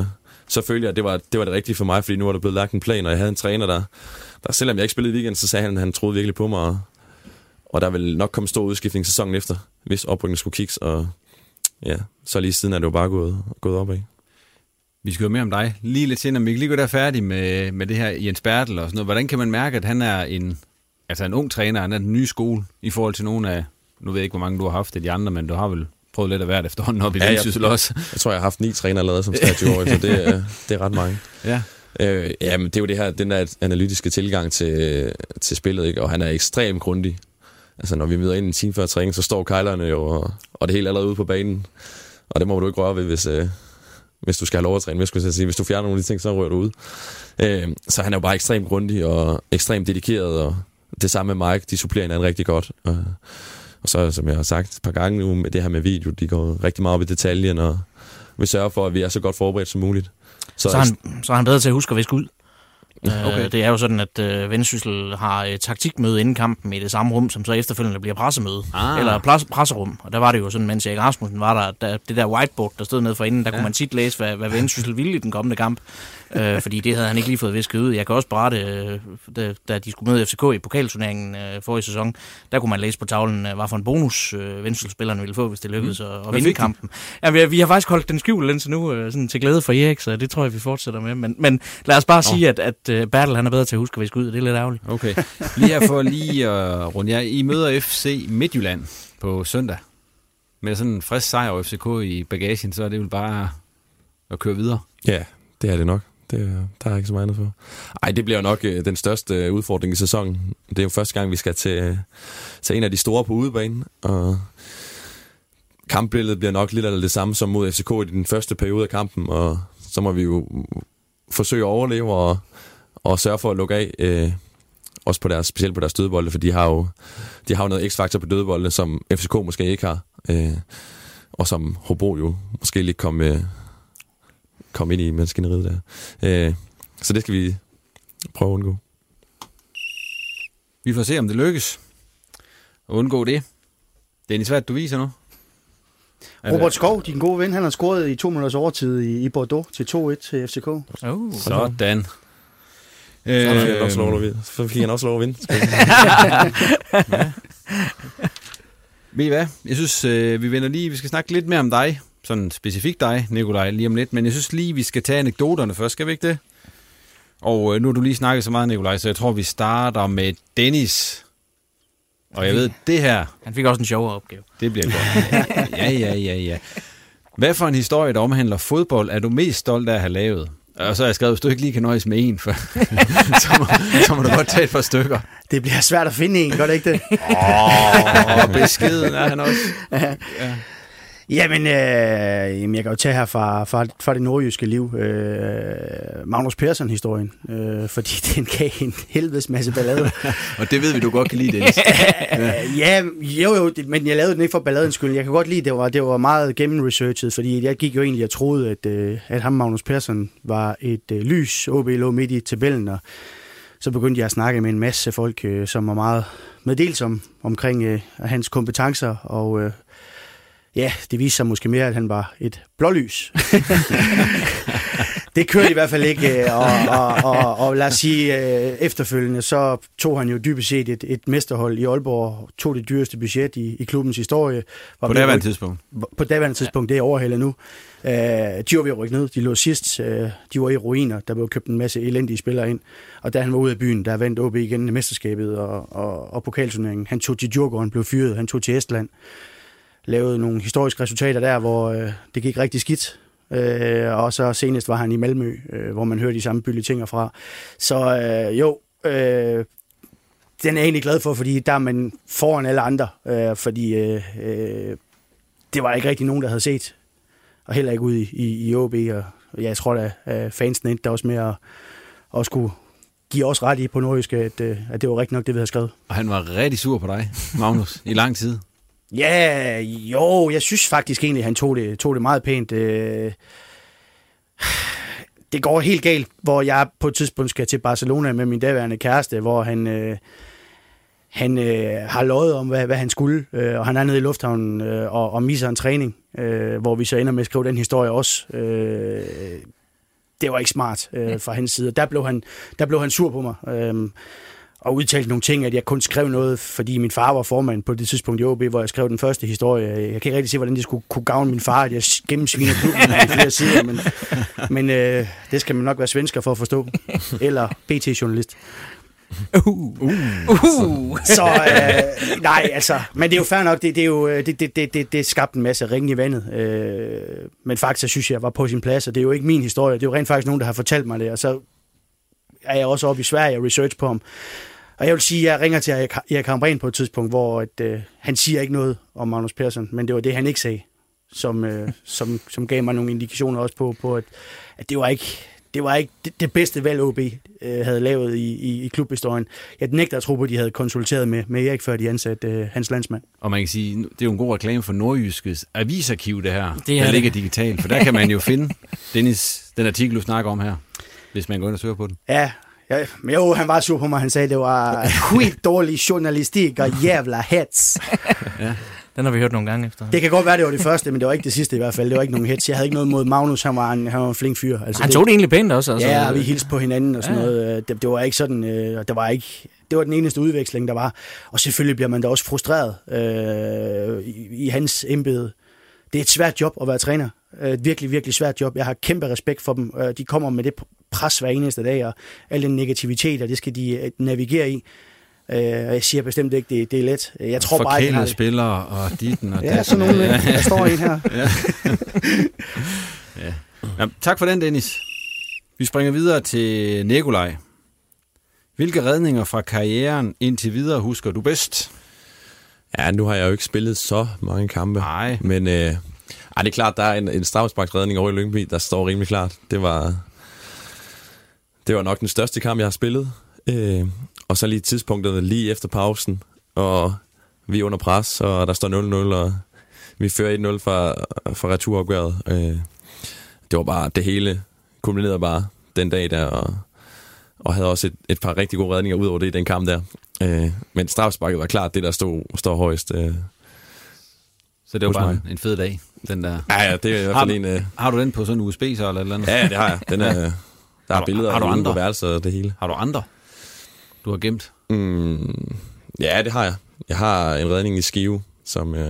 så følte jeg, at det var, det var det rigtige for mig, fordi nu var der blevet lagt en plan, og jeg havde en træner, der, der selvom jeg ikke spillede i weekenden, så sagde han, at han troede virkelig på mig, og, og der vil nok komme stor udskiftning sæsonen efter, hvis oprykningen skulle kigges, og ja, så lige siden er det jo bare gået, gået opad. Vi skal høre mere om dig lige lidt senere, men vi kan lige gå der færdig med, med det her Jens Bertel og sådan noget. Hvordan kan man mærke, at han er en, altså en ung træner, han er den nye skole, i forhold til nogle af, nu ved jeg ikke, hvor mange du har haft af de andre, men du har vel prøvet lidt af hvert efterhånden op i ja, Vendsyssel også. Jeg tror, jeg har haft ni træner allerede som treogtyve-årig, så det, er, det er ret mange. Ja. Øh, ja, men det er jo det her, den der analytiske tilgang til, til spillet, ikke? Og han er ekstremt grundig. Altså, når vi møder ind en time før træning, så står kejlerne jo, og, og det hele allerede ude på banen. Og det må du ikke røre ved, hvis, øh, hvis du skal have lov at træne. Hvis, sige. hvis du fjerner nogle af de ting, så rører du ud. Øh, så han er jo bare ekstremt grundig og ekstremt dedikeret, og det samme med Mike, de supplerer hinanden rigtig godt. Og, og så, som jeg har sagt et par gange nu, med det her med video, de går rigtig meget op i detaljen, og vi sørger for, at vi er så godt forberedt som muligt. Så, så, han, så er han bedre til at huske at viske ud. Okay. Det er jo sådan, at øh, Vendsyssel har et taktikmøde inden kampen i det samme rum, som så efterfølgende bliver pressemøde. Ah. Eller pres- presserum. Og der var det jo sådan, mens Erik Rasmussen var der, der, det der whiteboard, der stod nede for inden, der ja. kunne man tit læse, hvad, hvad Vendsyssel ville i den kommende kamp. øh, fordi det havde han ikke lige fået visket ud. Jeg kan også berette, øh, da, da de skulle møde F C K i pokalturneringen øh, forrige sæson, der kunne man læse på tavlen, øh, hvad for en bonus øh, Vendsyssel-spillerne ville få, hvis det lykkedes mm. at, at vinde kampen. Ja, vi, vi har faktisk holdt den skjult indtil nu, øh, sådan til glæde for Erik, så det tror jeg, vi fortsætter med. Men, men lad os bare oh. sige, at, at uh, Bertel, han er bedre til at huske at viske ud. Det er lidt ærgerligt. Okay. Lige her for lige at uh, runde jer. I møder F C Midtjylland på søndag. Med sådan en frisk sejr over F C K i bagagen, så er det jo bare at køre videre. Ja, det er det nok. Det, der er ikke så meget andet for. Ej, det bliver nok øh, den største øh, udfordring i sæsonen. Det er jo første gang, vi skal til, øh, til en af de store på udebanen, og kampbilledet bliver nok lidt af det samme som mod F C K i den første periode af kampen, og så må vi jo forsøge at overleve og, og sørge for at lukke af, øh, også på deres, specielt på deres dødbolde, for de har jo, de har jo noget x-faktor på dødbolde, som F C K måske ikke har, øh, og som Hobro jo måske lige kom med. Kom ind i maskineriet der. Øh, så det skal vi prøve at undgå. Vi får se, om det lykkes at undgå det. Det er svært, du viser nu. Robert Skov, din gode ven, han har scoret i to minutters overtid i, i Bordeaux til to et til F C K. Oh, sådan. Så fik han også lov at vinde. Ja. Ved I hvad? Jeg synes, øh, vi vender lige. Vi skal snakke lidt mere om dig. Sådan specifikt dig, Nikolaj, lige om lidt. Men jeg synes lige, vi skal tage anekdoterne først. Skal vi ikke det? Og øh, nu har du lige snakket så meget, Nikolaj, så jeg tror, vi starter med Dennis. Og jeg ved, det her... Han fik også en sjovere opgave. Det bliver godt. Ja, ja, ja, ja. Hvad for en historie, der omhandler fodbold, er du mest stolt af at have lavet? Og så har jeg skrevet, hvis du ikke lige kan nøjes med en, for, så, må, så må du godt tage et par stykker. Det bliver svært at finde en, gør det ikke det? Åh, oh, beskeden er han også. Ja. Jamen, øh, jamen, jeg kan jo tage her fra, fra, fra det nordjyske liv. Øh, Magnus Persson-historien, øh, fordi den gav en helvedes masse ballade. Og det ved vi, du godt kan lide, Dennis. Ja, ja jo, jo, men jeg lavede den ikke for balladens skyld. Jeg kan godt lide, det var, det var meget gennemresearchet, fordi jeg gik jo egentlig og troede, at, øh, at ham, Magnus Persson, var et øh, lys. O B lå midt i tabellen, og så begyndte jeg at snakke med en masse folk, øh, som var meget meddelsom omkring øh, hans kompetencer, og øh, ja, det viste sig måske mere, at han var et blålys. Det kørte i hvert fald ikke, og, og, og, og lad os sige, efterfølgende, så tog han jo dybest set et, et mesterhold i Aalborg, tog det dyreste budget i, i klubbens historie. Var på daværende tidspunkt? På daværende tidspunkt, det er overhældet nu. Uh, de var ved at rykke ned, de lå sidst, uh, de var i ruiner, der blev købt en masse elendige spillere ind, og da han var ude af byen, der vandt O B igen i mesterskabet og, og, og pokalturneringen. Han tog til Djurgården, blev fyret, han tog til Estland, lavede nogle historiske resultater der, hvor øh, det gik rigtig skidt. Øh, og så senest var han i Malmø, øh, hvor man hørte de samme bylletinger fra. Så øh, jo, øh, den er jeg egentlig glad for, fordi der er man foran alle andre. Øh, fordi øh, øh, det var ikke rigtig nogen, der havde set. Og heller ikke ude i, i, i O B. Og jeg tror da, at fansen endte der også med at, at skulle give os ret i på nordjysk, at, at det var rigtig nok det, vi havde skrevet. Og han var rigtig sur på dig, Magnus, i lang tid. Ja, jo, jeg synes faktisk egentlig, at han tog det, tog det meget pænt. Det går helt galt, hvor jeg på et tidspunkt skal til Barcelona med min daværende kæreste, hvor han, øh, han øh, har løjet om, hvad, hvad han skulle, øh, og han er nede i lufthavnen øh, og, og misser en træning, øh, hvor vi så ender med at skrive den historie også. Øh, det var ikke smart øh, fra hans side. Der blev han, der blev han sur på mig, øh, og udtalte nogle ting, at jeg kun skrev noget, fordi min far var formand på det tidspunkt i O B, hvor jeg skrev den første historie. Jeg kan ikke rigtig se, hvordan det skulle kunne gavne min far, at jeg gennemsviner klubben i flere sider, men, men øh, det skal man nok være svensker for at forstå. Eller B T-journalist. Uh. Uh. Uh. Så øh, nej, altså, men det er jo fair nok, det, det er jo det, det, det, det, det skabte en masse ringe i vandet, øh, men faktisk synes jeg var på sin plads, og det er jo ikke min historie, det er jo rent faktisk nogen, der har fortalt mig det, og så er jeg også oppe i Sverige og research på ham, og jeg vil sige, at jeg ringer til Erik Hamrén på et tidspunkt, hvor at, øh, han siger ikke noget om Magnus Persson, men det var det, han ikke sagde, som, øh, som, som gav mig nogle indikationer også på, på at, at det var ikke Det var ikke det bedste valg, O B øh, havde lavet i, i, i klubhistorien. Jeg nægter at tro på, at de havde konsulteret med, med Erik, før de ansatte øh, hans landsmand. Og man kan sige, det er jo en god reklame for Nordjyskes avisarkiv, det her. Det der ligger digitalt, for der kan man jo finde Dennis, den artikel, du snakker om her, hvis man går ind og søger på den. Ja, ja, men jo, han var sur på mig. Han sagde, det var skit dårlig journalistik og jævla hets. Ja. Den har vi hørt nogle gange efter. Det kan godt være, det var det første, men det var ikke det sidste i hvert fald. Det var ikke nogen hits. Jeg havde ikke noget mod Magnus. Han var en, han var en flink fyr. Altså, han tog det, det egentlig pænt også. Altså. Ja, vi hilste på hinanden og sådan ja. noget. Det, det var ikke sådan... Øh, det var ikke... Det var den eneste udveksling, der var. Og selvfølgelig bliver man da også frustreret øh, i, i hans embede. Det er et svært job at være træner. Et virkelig, virkelig svært job. Jeg har kæmpe respekt for dem. De kommer med det pres hver eneste dag, og al den negativitet, og det skal de navigere i. Uh, jeg siger bestemt ikke, det, det er let. Jeg tror bare ikke, Forkælede spillere og ditten og ja, sådan nogle. Ja. Der står en her. Ja. Ja. Ja, tak for den, Dennis. Vi springer videre til Nikolaj. Hvilke redninger fra karrieren indtil videre husker du bedst? Ja, nu har jeg jo ikke spillet så mange kampe. Nej. Men øh, ej, det er klart, der er en, en straffesparksredning over i Lyngby, der står rimelig klart. Det var, det var nok den største kamp, jeg har spillet. Øh, Og så lige tidspunktet lige efter pausen, og vi er under pres, og der står nul nul, og vi fører et nul fra, fra returopgøret. Det var bare, det hele kulminerede bare den dag der, og, og havde også et, et par rigtig gode redninger ud over det i den kamp der. Men straffesparket var klart det, der stod, stod højst. Så det var bare en, en fed dag, den der. Ja, ja, det er i hvert fald en... Uh... Har du den på sådan en U S B så, eller et eller andet? Ja, det har jeg. Den er, der er billeder har du andre? På værelset og det hele. Har du andre? Du har gemt? Mm, ja, det har jeg. Jeg har en redning i Skive, som, øh,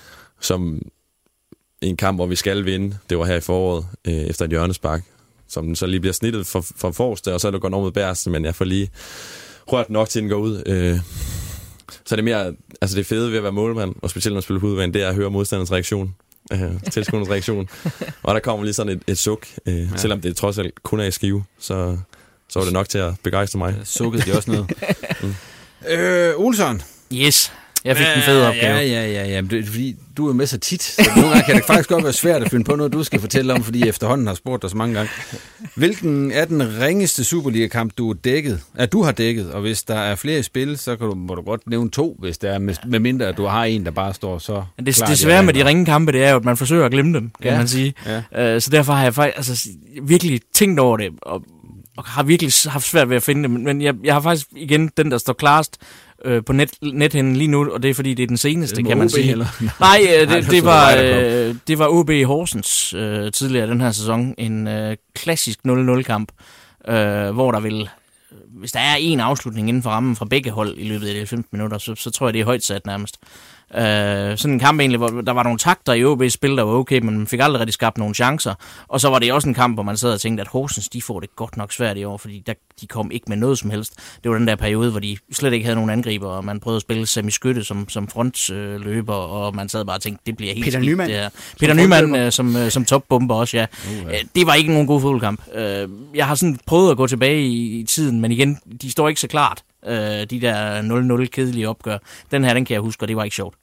som en kamp, hvor vi skal vinde. Det var her i foråret, øh, efter et hjørnespark, som den så lige bliver snittet for, for forreste, og så er det gået over mod bæreste, men jeg får lige rørt nok til, den går ud. Øh, så er det mere, altså det fede ved at være målmand, og specielt når man spiller på udvand, det er at høre modstanderens reaktion. Øh, tilskuernes reaktion. Og der kommer lige sådan et, et suk, øh, ja. Selvom det trods alt kun er i Skive, så... Så var det nok til at begejstre mig. Sukkede de også noget. mm. øh, Olsson. Yes, jeg fik den fede opgave. Ja, ja, ja, ja. Det er, fordi du er med så tit, så nogle gange kan det faktisk godt være svært at finde på noget, du skal fortælle om, fordi jeg efterhånden har spurgt dig så mange gange. Hvilken er den ringeste Superliga-kamp, du er dækket, at du har dækket? Og hvis der er flere i spil, så kan du, må du godt nævne to, hvis der er med, med mindre, at du har en, der bare står så det, klar. Det svære med de ringe kampe, det er jo, at man forsøger at glemme dem, kan ja. man sige. Ja. Uh, så derfor har jeg faktisk altså, virkelig tænkt over det, og og har virkelig haft svært ved at finde det, men jeg, jeg har faktisk igen den, der står klarest øh, på net, nethinden lige nu, og det er fordi, det er den seneste, det kan man O B, sige. Eller? Nej, øh, det, Nej, det, var, øh, det var O B Horsens øh, tidligere den her sæson, en øh, klassisk nul nul-kamp, øh, hvor der vil, hvis der er en afslutning inden for rammen fra begge hold i løbet af de halvfems minutter, så, så tror jeg, det er højt sat nærmest. Uh, sådan en kamp egentlig, hvor der var nogle takter i O B's spil, der var okay, men man fik aldrig rigtig skabt nogle chancer. Og så var det også en kamp, hvor man sad og tænkte, at Horsens, de får det godt nok svært i år, fordi der, de kom ikke med noget som helst. Det var den der periode, hvor de slet ikke havde nogen angriber, og man prøvede at spille semi-skytte som, som frontløber, og man sad bare og tænkte, det bliver helt Peter skidt. Nyman. Det her. Peter Nyman uh, som, uh, som topbomber også, ja. Uh, ja. Det var ikke nogen god fodboldkamp. Uh, jeg har sådan prøvet at gå tilbage i, i tiden, men igen, de står ikke så klart, uh, de der nul nul kedelige opgør. Den her, den kan jeg huske, og det var ikke sjovt.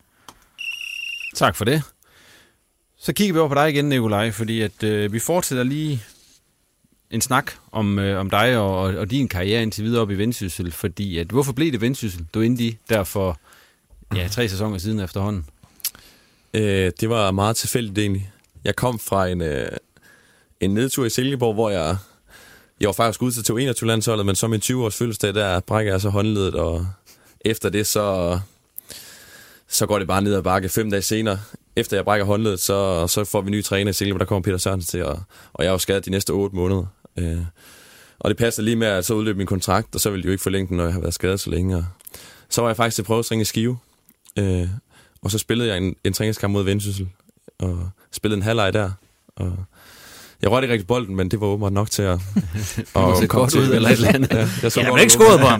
Tak for det. Så kigger vi over på dig igen, Nikolaj, fordi at, øh, vi fortsætter lige en snak om, øh, om dig og, og din karriere indtil videre op i Vendsyssel, fordi at, hvorfor blev det Vendsyssel? Du endte i der for ja, tre sæsoner siden efterhånden. Øh, det var meget tilfældigt egentlig. Jeg kom fra en, øh, en nedtur i Silkeborg, hvor jeg, jeg var faktisk ude til T enogtyve-landsholdet, men som min tyve-års fødselsdag, der brækker jeg så håndledet, og efter det så... så går det bare ned ad bakke fem dage senere. Efter jeg brækker håndledet, så, så får vi nye træner i Silkeborg, der kommer Peter Sørensen til, og, og jeg er jo skadet de næste otte måneder. Øh, og det passede lige med, at så udløb min kontrakt, og så ville de jo ikke forlænge den, når jeg har været skadet så længe. Og så var jeg faktisk til prøvetræning i Skive, øh, og så spillede jeg en, en træningskamp mod Vendsyssel, og spillede en halvleg der, og jeg rørte ikke rigtig bolden, men det var åbenbart nok til at... og se godt ud eller et eller andet. Ja, jeg så ja, ikke scoret på ham.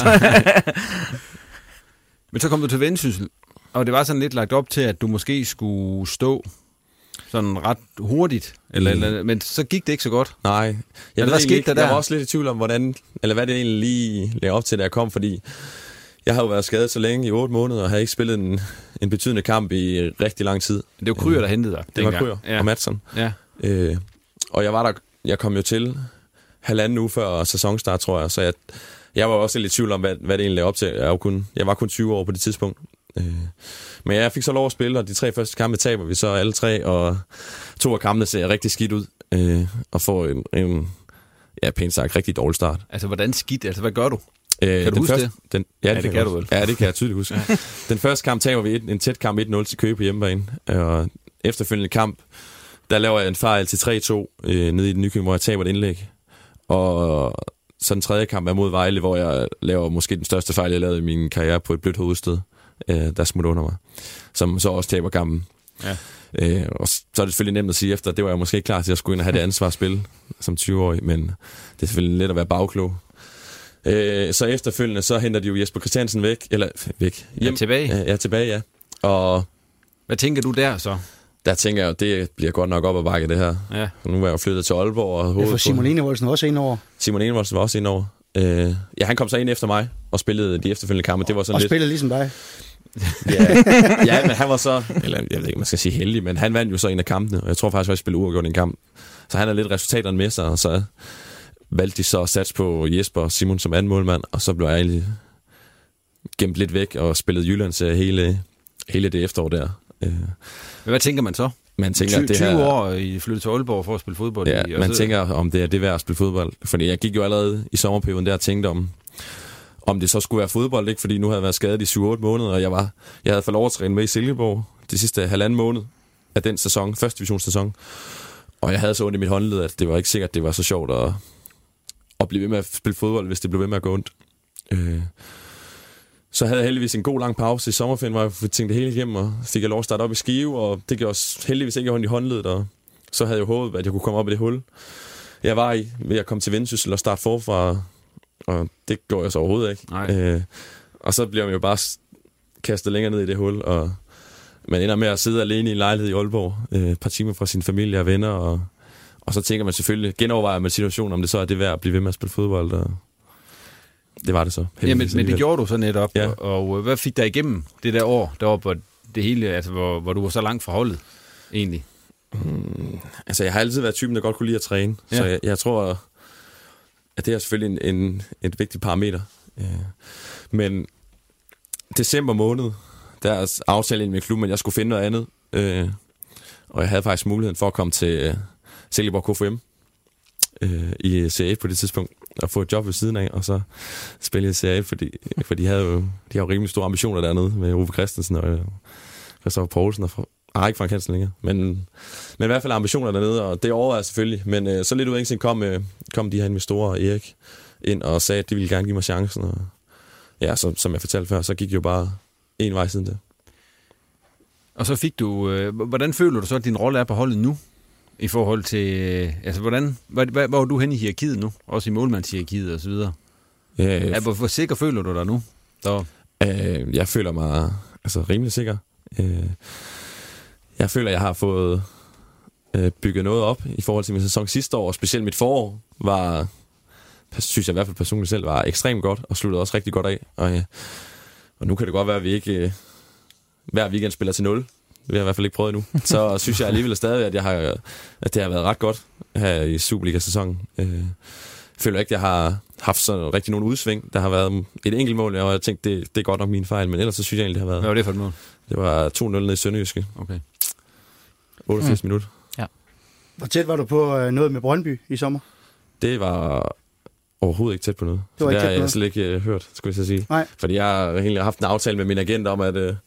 Men så kom du til Vendsyssel, og det var sådan lidt lagt op til, at du måske skulle stå sådan ret hurtigt, eller, mm. eller, men så gik det ikke så godt. Nej, jeg, eller, hvad skete der der? Jeg var også lidt i tvivl om, hvordan, eller hvad det egentlig lige lagde op til, da jeg kom, fordi jeg har jo været skadet så længe i otte måneder, og har ikke spillet en, en betydende kamp i rigtig lang tid. Det var Kryer, der hentede dig. Det var Kryer ja. og Madsen. Ja. Øh, og jeg var der, jeg kom jo til halvanden uge før sæsonstart, tror jeg, så jeg, jeg var også lidt i tvivl om, hvad, hvad det egentlig lagde op til. Jeg var, kun, jeg var kun tyve år på det tidspunkt. Øh, men jeg fik så lov at spille, og de tre første kampe taber vi så alle tre, og to af kampene ser rigtig skidt ud, øh, og får en, en, ja, pænt sagt, rigtig dårlig start. Altså, hvordan skidt? Altså, hvad gør du? Øh, kan du huske første, det? Den, ja, det, ja, det kan, kan du vel. Ja, det kan jeg tydeligt huske. Ja. Den første kamp taber vi et, en tæt kamp et nul til Køge på hjemmebane, og efterfølgende kamp, der laver jeg en fejl til tre to øh, nede i den Nykøbing, hvor jeg taber et indlæg. Og så den tredje kamp er mod Vejle, hvor jeg laver måske den største fejl, jeg lavede i min karriere på et blødt hovedsted, øh, der smutter under mig, som så også taber kampen. Ja. Øh, og så er det selvfølgelig nemt at sige efter, det var jeg måske ikke klar til at skulle ind og have det ansvar at spille som tyve-årig, men det er selvfølgelig let at være bagklog. Øh, så efterfølgende, så henter de jo Jesper Christiansen væk, eller væk, hjem. Ja, tilbage. Ja, ja, tilbage, ja. Og hvad tænker du der så? Der tænker jeg, det bliver godt nok op ad bakke, det her. Ja. Nu er jeg jo flyttet til Aalborg. Og ja, for Simon Enevoldsen var også ind over. Simon Enevoldsen var også ind over. Øh, ja, han kom så ind efter mig og spillede de efterfølgende kampe. Det var sådan og lidt... spillede ligesom dig. ja, ja, men han var så... Eller jeg ved ikke, man skal sige heldig, men han vandt jo så en af kampene, og jeg tror faktisk, at jeg spillede uafgjort i en kamp. Så han har lidt resultaterne med sig, og så valgte de så at satse på Jesper og Simon som anden målmand, og så blev jeg egentlig gemt lidt væk og spillede Jyllands hele, hele det efterår der. Øh. Men hvad tænker man så? Man tænker, tyve, det her... tyve år i flyttet til Aalborg for at spille fodbold. Ja, i, man så... tænker, om det er det værd at spille fodbold. Fordi jeg gik jo allerede i sommerperioden der og tænkte om, om det så skulle være fodbold, ikke? Fordi nu havde jeg været skadet i syv otte måneder, og jeg, var, jeg havde fået lov at træne med i Silkeborg de sidste halvanden måned af den sæson, første divisionssæson. Og jeg havde så ondt i mit håndled, at det var ikke sikkert, at det var så sjovt at, at blive ved med at spille fodbold, hvis det blev ved med at gå ondt. Øh. Så havde jeg heldigvis en god lang pause i sommerferien, hvor jeg tænkte det hele hjem, og fik jeg lov at starte op i Skive, og det gjorde heldigvis ikke ondt i håndledet, og så havde jeg jo håbet, at jeg kunne komme op i det hul, jeg var i, ved at komme til Vendsyssel og starte forfra, og det gjorde jeg så overhovedet ikke. Øh, og så bliver man jo bare kastet længere ned i det hul, og man ender med at sidde alene i en lejlighed i Aalborg, øh, et par timer fra sin familie og venner, og, og så tænker man selvfølgelig, genovervejer man situationen, om det så er det værd at blive ved med at spille fodbold, og det var det så. Ja, men, men det gjorde du så netop, ja. og, og hvad fik der igennem det der år, der var på det hele, altså hvor, hvor du var så langt fra holdet, egentlig? Hmm, altså, jeg har altid været typen, der godt kunne lide at træne, ja. Så jeg, jeg tror, at det er selvfølgelig en, en, et vigtigt parameter. Ja. Men december måned, der aftalte med klubben, at jeg skulle finde noget andet, øh, og jeg havde faktisk muligheden for at komme til øh, Silkeborg K F M øh, i C A på det tidspunkt, og få et job ved siden af, og så spille i C A, fordi, for de havde jo, de har jo rimelig store ambitioner dernede med Ove Christensen og Christoffer Poulsen, og fra, ah, ikke Frank Hansen længere, men, men i hvert fald ambitioner dernede, og det overvejede jeg selvfølgelig, men øh, så lidt ud af ingenting kom, øh, kom de her investorer og Erik ind og sagde, at de ville gerne give mig chancen, og ja, så, som jeg fortalte før, så gik jo bare en vej siden det. Og så fik du, øh, hvordan føler du så, at din rolle er på holdet nu? I forhold til, altså hvordan, hvor, hvor, hvor er du henne i hierarkiet nu? Også i målmandshierarkiet og så videre. Ja, ja, hvor, hvor sikker føler du dig nu? Der... Øh, jeg føler mig altså rimelig sikker. Øh, jeg føler, jeg har fået øh, bygget noget op i forhold til min sæson sidste år, og specielt mit forår var, synes jeg i hvert fald personligt selv, var ekstremt godt, og sluttede også rigtig godt af. Og, øh, og nu kan det godt være, at vi ikke øh, hver weekend spiller til nul. Det har jeg i hvert fald ikke prøvet endnu. Så synes jeg alligevel stadig, at, jeg har, at det har været ret godt her i Superliga-sæsonen. Jeg øh, føler ikke, at jeg har haft sådan rigtig nogle udsving. Der har været et enkelt mål, og jeg tænkte, det, det er godt nok min fejl, men ellers så synes jeg egentlig, det har været... Hvad var det for et mål? Det var to nul ned i Sønderjyske. Okay. otteogfirs mm. minutter. Ja. Hvor tæt var du på noget med Brøndby i sommer? Det var overhovedet ikke tæt på noget. Det, var det ikke har jeg slet ikke uh, hørt, skulle jeg så sige. Nej. Fordi jeg har egentlig haft en aftale med min agent om, at... Uh,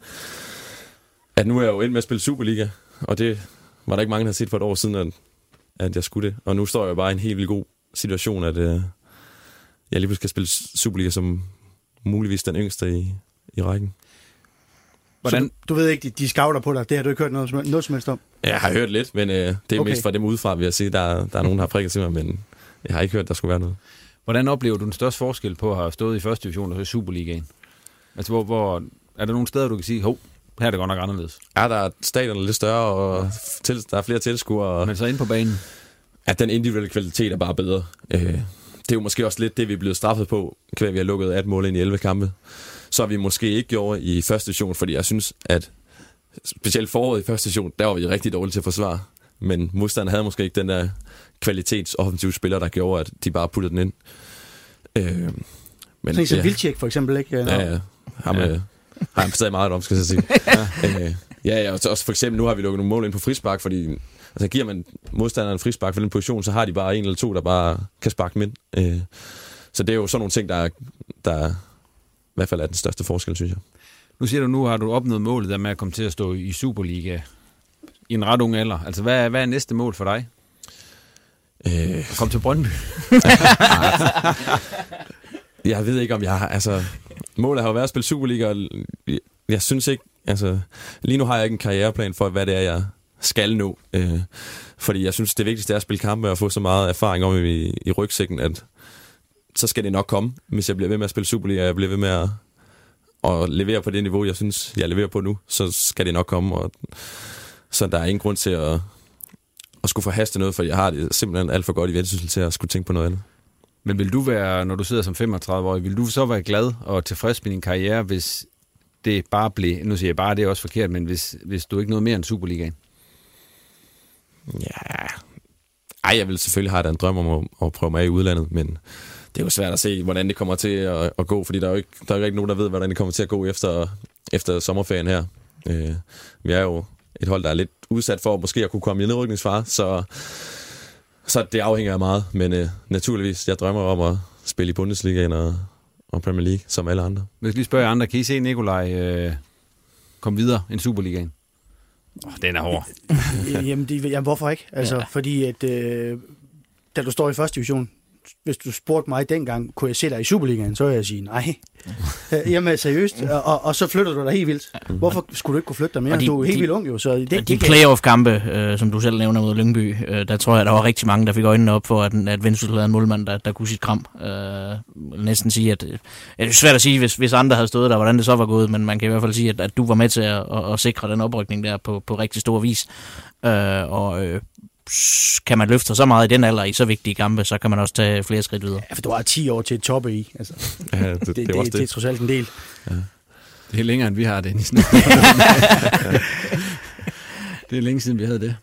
at nu er jeg jo ind med at spille Superliga, og det var der ikke mange, der havde set for et år siden, at, at jeg skulle det. Og nu står jeg jo bare i en helt vildt god situation, at øh, jeg lige pludselig skal spille Superliga som muligvis den yngste i, i rækken. Hvordan? Du, du ved ikke, de, de scouter på dig. Det har du ikke hørt noget, noget som helst om? Jeg har hørt lidt, men øh, det er okay. Mest fra dem udefra, vil jeg sige. Der, der er nogen, der har prikket til mig, men jeg har ikke hørt, der skulle være noget. Hvordan oplever du den største forskel på at have stået i første division og så i Superligaen? Altså, hvor, hvor, er der nogle steder, du kan sige, hov, her er det godt nok anderledes? Ja, der er stadion lidt større, og til, der er flere tilskuere. Og men så inde på banen? At den individuelle kvalitet er bare bedre. Øh, det er jo måske også lidt det, vi er blevet straffet på, kvæg vi har lukket atten mål ind i elleve kampe. Så har vi måske ikke gjort i første division, fordi jeg synes, at specielt foråret i første division, der var vi rigtig dårlige til at forsvare. Men modstanderen havde måske ikke den der kvalitetsoffensive spiller, der gjorde, at de bare puttede den ind. Øh, men sådan som ja. Vilcek for eksempel, ikke? Ja, ja. Ham, ja. Øh, har han stadig meget om, skal jeg sige. ja, øh, ja, ja, og også for eksempel, nu har vi lukket nogle mål ind på frispark, fordi altså, giver man modstanderen en frispark for den position, så har de bare en eller to, der bare kan sparke dem ind. Øh, så det er jo sådan nogle ting, der, der i hvert fald er den største forskel, synes jeg. Nu siger du, nu har du opnået målet der med at komme til at stå i Superliga i en ret ung alder. Altså, hvad er, hvad er næste mål for dig? Øh... Kom til Brøndby. Jeg ved ikke, om jeg har... Altså, målet har jo været at spille Superliga, og jeg, jeg synes ikke... Altså, lige nu har jeg ikke en karriereplan for, hvad det er, jeg skal nå. Øh, fordi jeg synes, det vigtigste er at spille kampe og få så meget erfaring om i, i rygsækken, at så skal det nok komme, hvis jeg bliver ved med at spille Superliga, og jeg bliver ved med at, at levere på det niveau, jeg synes, jeg leverer på nu, så skal det nok komme. Og, så der er ingen grund til at, at skulle forhaste noget, for jeg har det simpelthen alt for godt i Vendsyssel til at skulle tænke på noget andet. Men vil du være, når du sidder som femogtredive-årig, vil du så være glad og tilfreds med din karriere, hvis det bare blev, nu siger jeg bare, det er også forkert, men hvis, hvis du ikke nåede mere end Superligaen? Ja, ej, jeg vil selvfølgelig have en drøm om at, at prøve mig af i udlandet, men det er jo svært at se, hvordan det kommer til at, at gå, fordi der er jo ikke, der er jo ikke nogen, der ved, hvordan det kommer til at gå efter, efter sommerferien her. Øh, vi er jo et hold, der er lidt udsat for måske at kunne komme i nedrykningsfare, så, så det afhænger af meget, men øh, naturligvis, jeg drømmer om at spille i Bundesligaen og, og Premier League, som alle andre. Hvis lige spørger andre, kan I se Nikolaj øh, komme videre end Superligaen? Oh, den er hård. jamen, det, jamen, hvorfor ikke? Altså, ja. Fordi at øh, da du står i første division, hvis du spurgte mig dengang, kunne jeg se dig i Superligaen, så ville jeg sige nej. Jamen seriøst, og, og så flytter du dig helt vildt. Hvorfor skulle du ikke kunne flytte dig mere? De, du er helt de, vildt ung jo. Så det, de det playoff-kampe, øh, som du selv nævner mod Lyngby, øh, der tror jeg, der var rigtig mange, der fik øjnene op for, at, at Vendsyssel havde en målmand, der, der kunne sit kram. Øh, næsten sige, at øh, det er svært at sige, hvis, hvis andre havde stået der, hvordan det så var gået, men man kan i hvert fald sige, at, at du var med til at, at, at sikre den oprykning der på, på rigtig stor vis. Øh, og øh, kan man løfte så meget i den alder i så vigtige kampe, så kan man også tage flere skridt videre. Ja, for du har ti år til at toppe i. Altså. Ja, det, det, det, det, det, det er trods alt en del. Ja. Det er længere, end vi har, Dennis. Det er længe siden, vi havde det.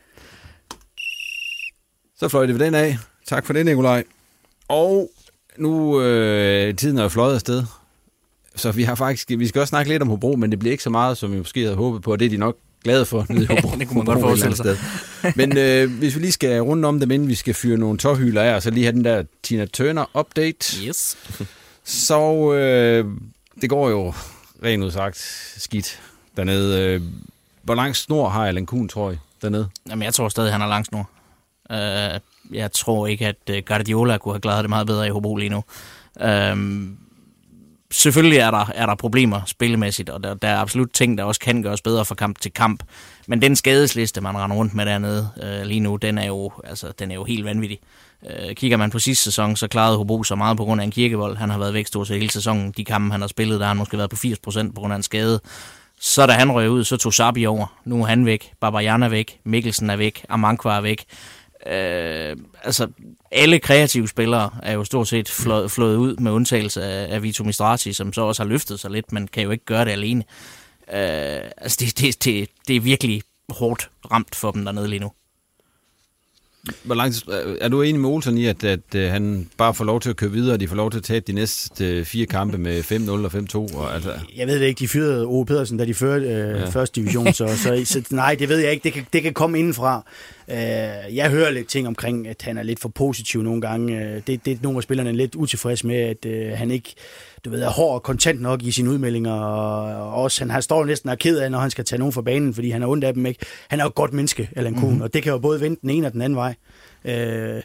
Så fløj det ved den af. Tak for det, Nikolaj. Og nu øh, tiden er jo fløjet afsted. Så vi har faktisk, vi skal også snakke lidt om Hobro, men det bliver ikke så meget, som vi måske havde håbet på, og det er de nok glade for. Nede i Hobro. Det kunne man godt forestille sig. Men øh, hvis vi lige skal runde om dem, inden vi skal fyre nogle tårhyler af, og så lige have den der Tina Turner-update. Yes. Så øh, det går jo rent udsagt skidt dernede. Øh, hvor lang snor har Allan Kuhn, tror I, dernede? Jamen, jeg tror stadig, han har lang snor. Uh, jeg tror ikke, at Guardiola kunne have klaret det meget bedre i Hobro lige nu. Uh, Selvfølgelig er der, er der problemer spillemæssigt, og der, der er absolut ting, der også kan gøres bedre fra kamp til kamp. Men den skadesliste, man render rundt med dernede øh, lige nu, den er, jo, altså, den er jo helt vanvittig. Øh, kigger man på sidste sæson, så klarede Hobro så meget på grund af en kirkevold. Han har været væk stort set hele sæsonen. De kampe, han har spillet, der har han måske været på firs procent på grund af en skade. Så da han røg ud, så tog Sabi over. Nu er han væk. Babajan er væk. Mikkelsen er væk. Amankwa er væk. Øh, altså alle kreative spillere er jo stort set flået, flået ud med undtagelse af, af Vito Mistrati, som så også har løftet sig lidt, men kan jo ikke gøre det alene. Øh, altså det, det, det, det er virkelig hårdt ramt for dem dernede lige nu. Hvor langt, er du enig med Olsen i, at, at, at han bare får lov til at køre videre, og de får lov til at tabe de næste fire kampe med fem nul og fem to? Og altså... Jeg ved det ikke, de fyrede Ove Pedersen, da de førte øh, ja. første division, så, så, så nej, det ved jeg ikke, det kan, det kan komme indenfra. Øh, jeg hører lidt ting omkring, at han er lidt for positiv nogle gange. Det, det er nogle af spillerne er lidt utilfreds med, at øh, han ikke du ved, er hård og kontant nok i sine udmeldinger, og også han, han står næsten og er ked af, når han skal tage nogen fra banen, fordi han er ondt af dem, ikke? Han er jo et godt menneske, Allan Kuhn, mm-hmm. og det kan jo både vende den ene og den anden vej. Øh,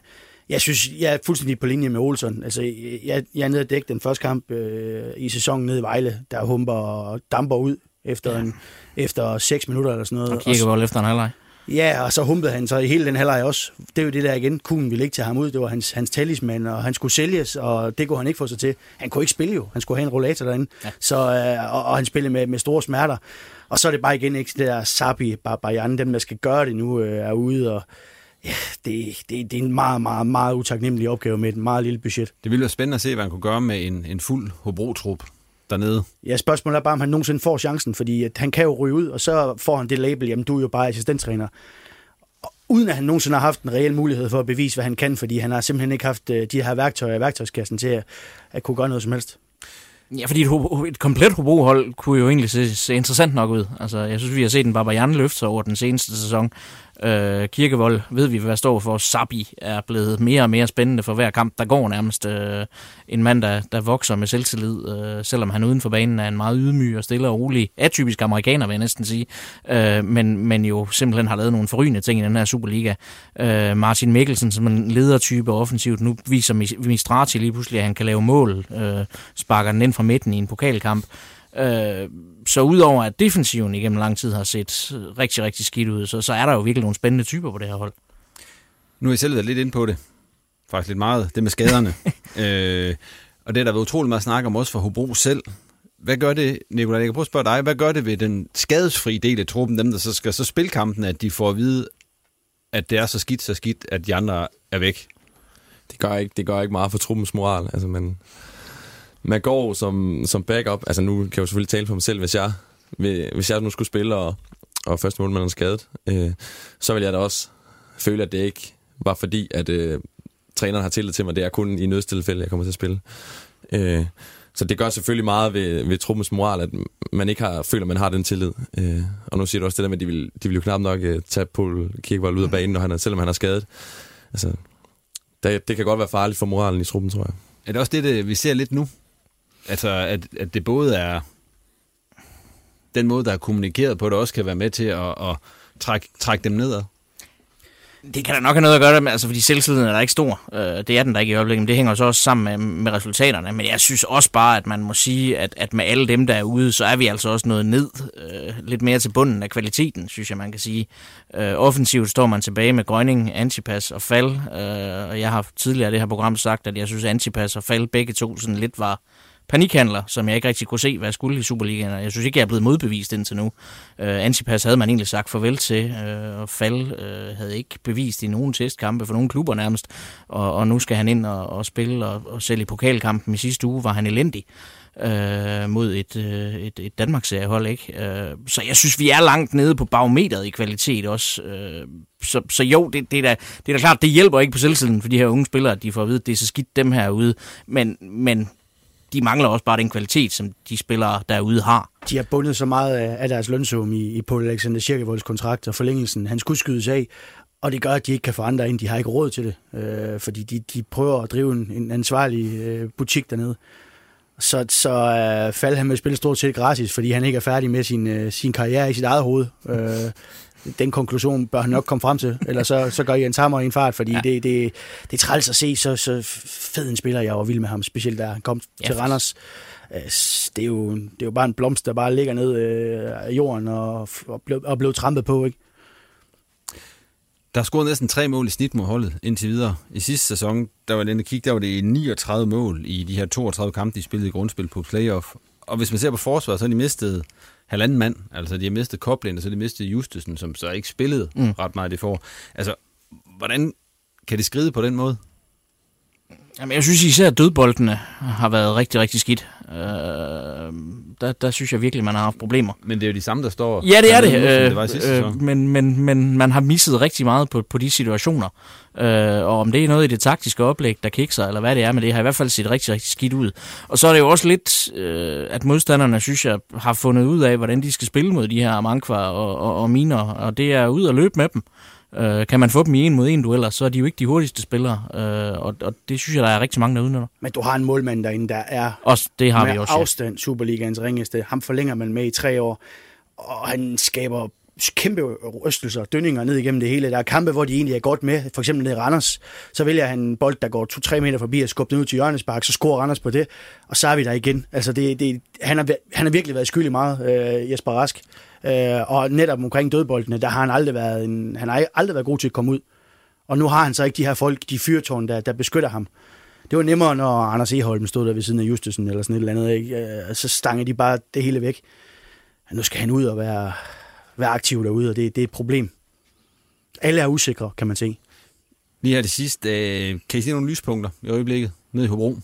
Jeg synes, jeg er fuldstændig på linje med Olsson. Altså, jeg, jeg er nede at dække den første kamp øh, i sæsonen nede i Vejle, der humper og damper ud efter, ja. en, efter seks minutter eller sådan noget. Og Kirkevold efter en halvleg. Ja, og så humpede han så i hele den halvleg også. Det er jo det der igen. Kuhn ville ikke tage ham ud. Det var hans, hans talisman, og han skulle sælges, og det kunne han ikke få sig til. Han kunne ikke spille jo. Han skulle have en rollator derinde. Ja. Så, øh, og, og han spillede med, med store smerter. Og så er det bare igen ikke det der Sabi, Barbayan, dem der skal gøre det nu, øh, er ude, og ja, det, det, det er en meget, meget, meget utaknemmelig opgave med et meget lille budget. Det ville være spændende at se, hvad han kunne gøre med en, en fuld Hobro-trup dernede. Ja, spørgsmålet er bare, om han nogensinde får chancen, fordi at han kan jo ryge ud, og så får han det label, jamen du er jo bare assistenttræner. Uden at han nogensinde har haft en reel mulighed for at bevise, hvad han kan, fordi han har simpelthen ikke haft de her værktøjer i værktøjskassen til at, at kunne gøre noget som helst. Ja, fordi et, et komplet Hobro-hold kunne jo egentlig se, se interessant nok ud. Altså, jeg synes, vi har set en Barbayan løfte sig over den seneste sæson. Øh, Kirkevold ved vi, hvad står for. Sabi er blevet mere og mere spændende for hver kamp, der går nærmest. Øh, en mand, der, der vokser med selvtillid, øh, selvom han uden for banen er en meget ydmyg og stille og rolig, atypisk amerikaner, vil jeg næsten sige. Øh, men, men jo simpelthen har lavet nogle forrygende ting i den her Superliga. Øh, Martin Mikkelsen, som en ledertype offensivt, nu viser Mistrati lige pludselig, at han kan lave mål. Øh, sparker den ind fra midten i en pokalkamp. Øh, så udover at defensiven igennem lang tid har set rigtig, rigtig skidt ud, så, så er der jo virkelig nogle spændende typer på det her hold. Nu er jeg selv været lidt inde på det. Faktisk lidt meget. Det med skaderne. øh, og det er der været utrolig meget snak om også for Hobro selv. Hvad gør det, Nicolai? Jeg kan prøve at spørge dig. Hvad gør det ved den skadesfri del af truppen, dem der så skal så spille kampen, at de får at vide, at det er så skidt, så skidt, at de andre er væk? Det gør ikke, det gør ikke meget for truppens moral. Altså, man... Man går som, som backup, altså nu kan jeg jo selvfølgelig tale for mig selv, hvis jeg, hvis jeg nu skulle spille, og, og første mål man er skadet, øh, så vil jeg da også føle, at det ikke var fordi, at øh, træneren har tillid til mig, det er kun i nødstilfælde, jeg kommer til at spille. Øh, så det gør selvfølgelig meget ved, ved truppens moral, at man ikke har, føler, at man har den tillid. Øh, og nu siger du også det der med, at de vil, de vil jo knap nok uh, tage Paul Kirkevold ud af banen, når han er, selvom han er skadet. Altså, det, det kan godt være farligt for moralen i truppen, tror jeg. Er det også det, det vi ser lidt nu? Altså, at, at det både er den måde, der er kommunikeret på, det også kan være med til at, at trække, trække dem nedad? Det kan da nok have noget at gøre med, altså fordi selvtilliden er der ikke stor. Det er den der ikke i øjeblikket, men det hænger så også sammen med, med resultaterne. Men jeg synes også bare, at man må sige, at, at med alle dem, der er ude, så er vi altså også noget ned. Øh, lidt mere til bunden af kvaliteten, synes jeg, man kan sige. Øh, offensivt står man tilbage med Grønning, Antipas og Fald. Øh, og jeg har tidligere i det her program sagt, at jeg synes, at Antipas og Fald begge to sådan lidt var panikhandler, som jeg ikke rigtig kunne se, hvad jeg skulle i Superligaen. Jeg synes ikke, jeg er blevet modbevist indtil nu. Uh, Antipas havde man egentlig sagt farvel til, uh, og Fald uh, havde ikke bevist i nogen testkampe for nogen klubber nærmest, og, og nu skal han ind og, og spille, og, og selv i pokalkampen i sidste uge var han elendig uh, mod et, uh, et, et Danmarksseriehold, ikke? Uh, så jeg synes, vi er langt nede på barometeret i kvalitet også. Uh, så, så jo, det, det, er da, det er da klart, det hjælper ikke på selvtiden for de her unge spillere, at de får at vide, at det er så skidt dem herude, men, men de mangler også bare den kvalitet, som de spillere derude har. De har bundet så meget af deres lønsum i, i Paul Alexander Kirkevolds kontrakt og forlængelsen. Han skulle skydes af, og det gør, at de ikke kan få andre ind. De har ikke råd til det, øh, fordi de, de prøver at drive en, en ansvarlig øh, butik dernede. Så, så øh, Fald han vil spille stort set gratis, fordi han ikke er færdig med sin, øh, sin karriere i sit eget hoved. Øh, den konklusion bør han nok komme frem til, eller så, så gør Jens Hammer i en fart, fordi ja. det, det, det er træls at se, så, så fed en spiller, jeg var vild med ham, specielt da han kom ja, til Randers. Det er, jo, det er jo bare en blomst, der bare ligger ned af jorden og, og, blev, og blev trampet på, ikke? Der er scoret næsten tre mål i snit mod holdet indtil videre. I sidste sæson, der var den kig, der var det niogtredive mål i de her toogtredive kampe, de spillede i grundspil på playoff. Og hvis man ser på forsvaret, så har de mistet halvanden mand. Altså, de har mistet Koblin, og så har de mistet Justesen, som så ikke spillede mm. ret meget det for. Altså, hvordan kan det skride på den måde? Jamen, jeg synes især, at dødboldene har været rigtig, rigtig skidt. Øh, der, der synes jeg virkelig, man har haft problemer. Men det er jo de samme, der står... Ja, det er det. Øh, øh, det var i sidste øh, men, men, men man har misset rigtig meget på, på de situationer. Øh, og om det er noget i det taktiske oplæg, der kikser, eller hvad det er, men det har i hvert fald set rigtig, rigtig skidt ud. Og så er det jo også lidt, øh, at modstanderne, synes jeg, har fundet ud af, hvordan de skal spille mod de her Amankwa og, og, og Miner, og det er ud at løbe med dem. Uh, kan man få dem i en mod en dueller, så er de jo ikke de hurtigste spillere, uh, og, og det synes jeg, der er rigtig mange, der udnytter. Men du har en målmand derinde, der er også, det har med vi også, afstand ja. Superligaens ringeste. Ham forlænger man med i tre år, og han skaber kæmpe rystelser, dønninger ned igennem det hele. Der er kampe, hvor de egentlig er godt med. For eksempel ned i Randers, så vælger han en bold, der går to tre meter forbi og skubber den ud til hjørnespark, så scorer Randers på det, og så er vi der igen. Altså det, det, han, har, han har virkelig været skyldig meget, øh, Jesper Rask. Øh, og netop omkring dødboldene, der har han aldrig været en, han har aldrig været god til at komme ud. Og nu har han så ikke de her folk, de fyrtårn, der, der beskytter ham. Det var nemmere, når Anders Eholm stod der ved siden af Justesen eller sådan et eller andet. Ikke? Så stanger de bare det hele væk. Nu skal han ud og være, være aktiv derude, og det, det er et problem. Alle er usikre, kan man se. Lige her det sidste. Øh, kan I se nogle lyspunkter i øjeblikket nede i Hobro?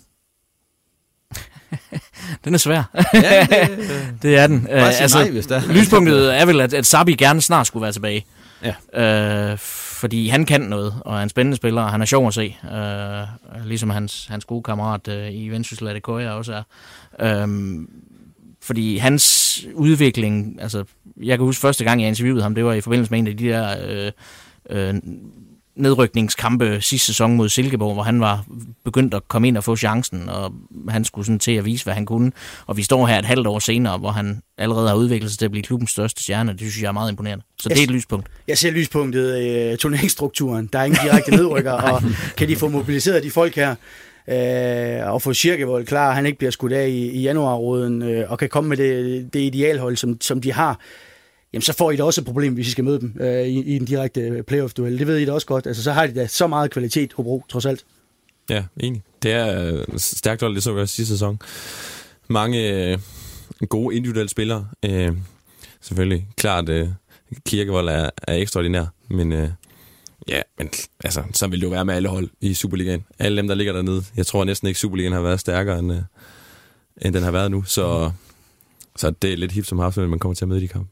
Den er svær. Ja, det, det er den. Bare uh, altså, nej, hvis der. Lyspunktet er vel, at, at Sabi gerne snart skulle være tilbage. Ja. Uh, fordi han kan noget, og er en spændende spiller, og han er sjov at se. Uh, ligesom hans, hans gode kammerat uh, i Vendsyssel Adekoya også er. Um, fordi hans udvikling, altså jeg kan huske første gang, jeg interviewede ham, det var i forbindelse med en af de der øh, øh, nedrykningskampe sidste sæson mod Silkeborg, hvor han var begyndt at komme ind og få chancen, og han skulle sådan til at vise, hvad han kunne. Og vi står her et halvt år senere, hvor han allerede har udviklet sig til at blive klubbens største stjerne. Det synes jeg er meget imponerende. Så det er et lyspunkt. Jeg ser lyspunktet i uh, turneringsstrukturen. Der er ingen direkte nedrykker, og kan de få mobiliseret de folk her, Øh, og få Kirkevold klar, han ikke bliver skudt af i, i januarråden, øh, og kan komme med det, det idealhold, som, som de har, jamen så får I da også et problem, hvis I skal møde dem øh, i, i en direkte playoff-duel. Det ved I da også godt. Altså, så har de da så meget kvalitet, Hobro, trods alt. Ja, enig. Det er øh, stærkt hold, det så vi sidste sæson. Mange øh, gode individuelle spillere. Øh, selvfølgelig. Klart, øh, Kirkevold er, er ekstraordinær, men... Øh, Ja, men altså, så vil det jo være med alle hold i Superligaen. Alle dem, der ligger dernede. Jeg tror næsten ikke, Superligaen har været stærkere, end, end den har været nu. Så, så det er lidt hip som haft, når man kommer til at møde de kampe.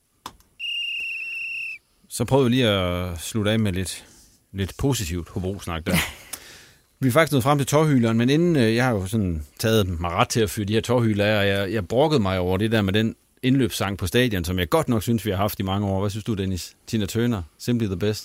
Så prøver vi lige at slutte af med lidt, lidt positivt Hobro-snak der. Vi er faktisk nået frem til tårhyleren, men inden, jeg har jo sådan taget mig ret til at fyre de her tårhyler af, og jeg, jeg brokkede mig over det der med den indløbssang på stadion, som jeg godt nok synes, vi har haft i mange år. Hvad synes du, Dennis? Tina Turner, Simply the Best.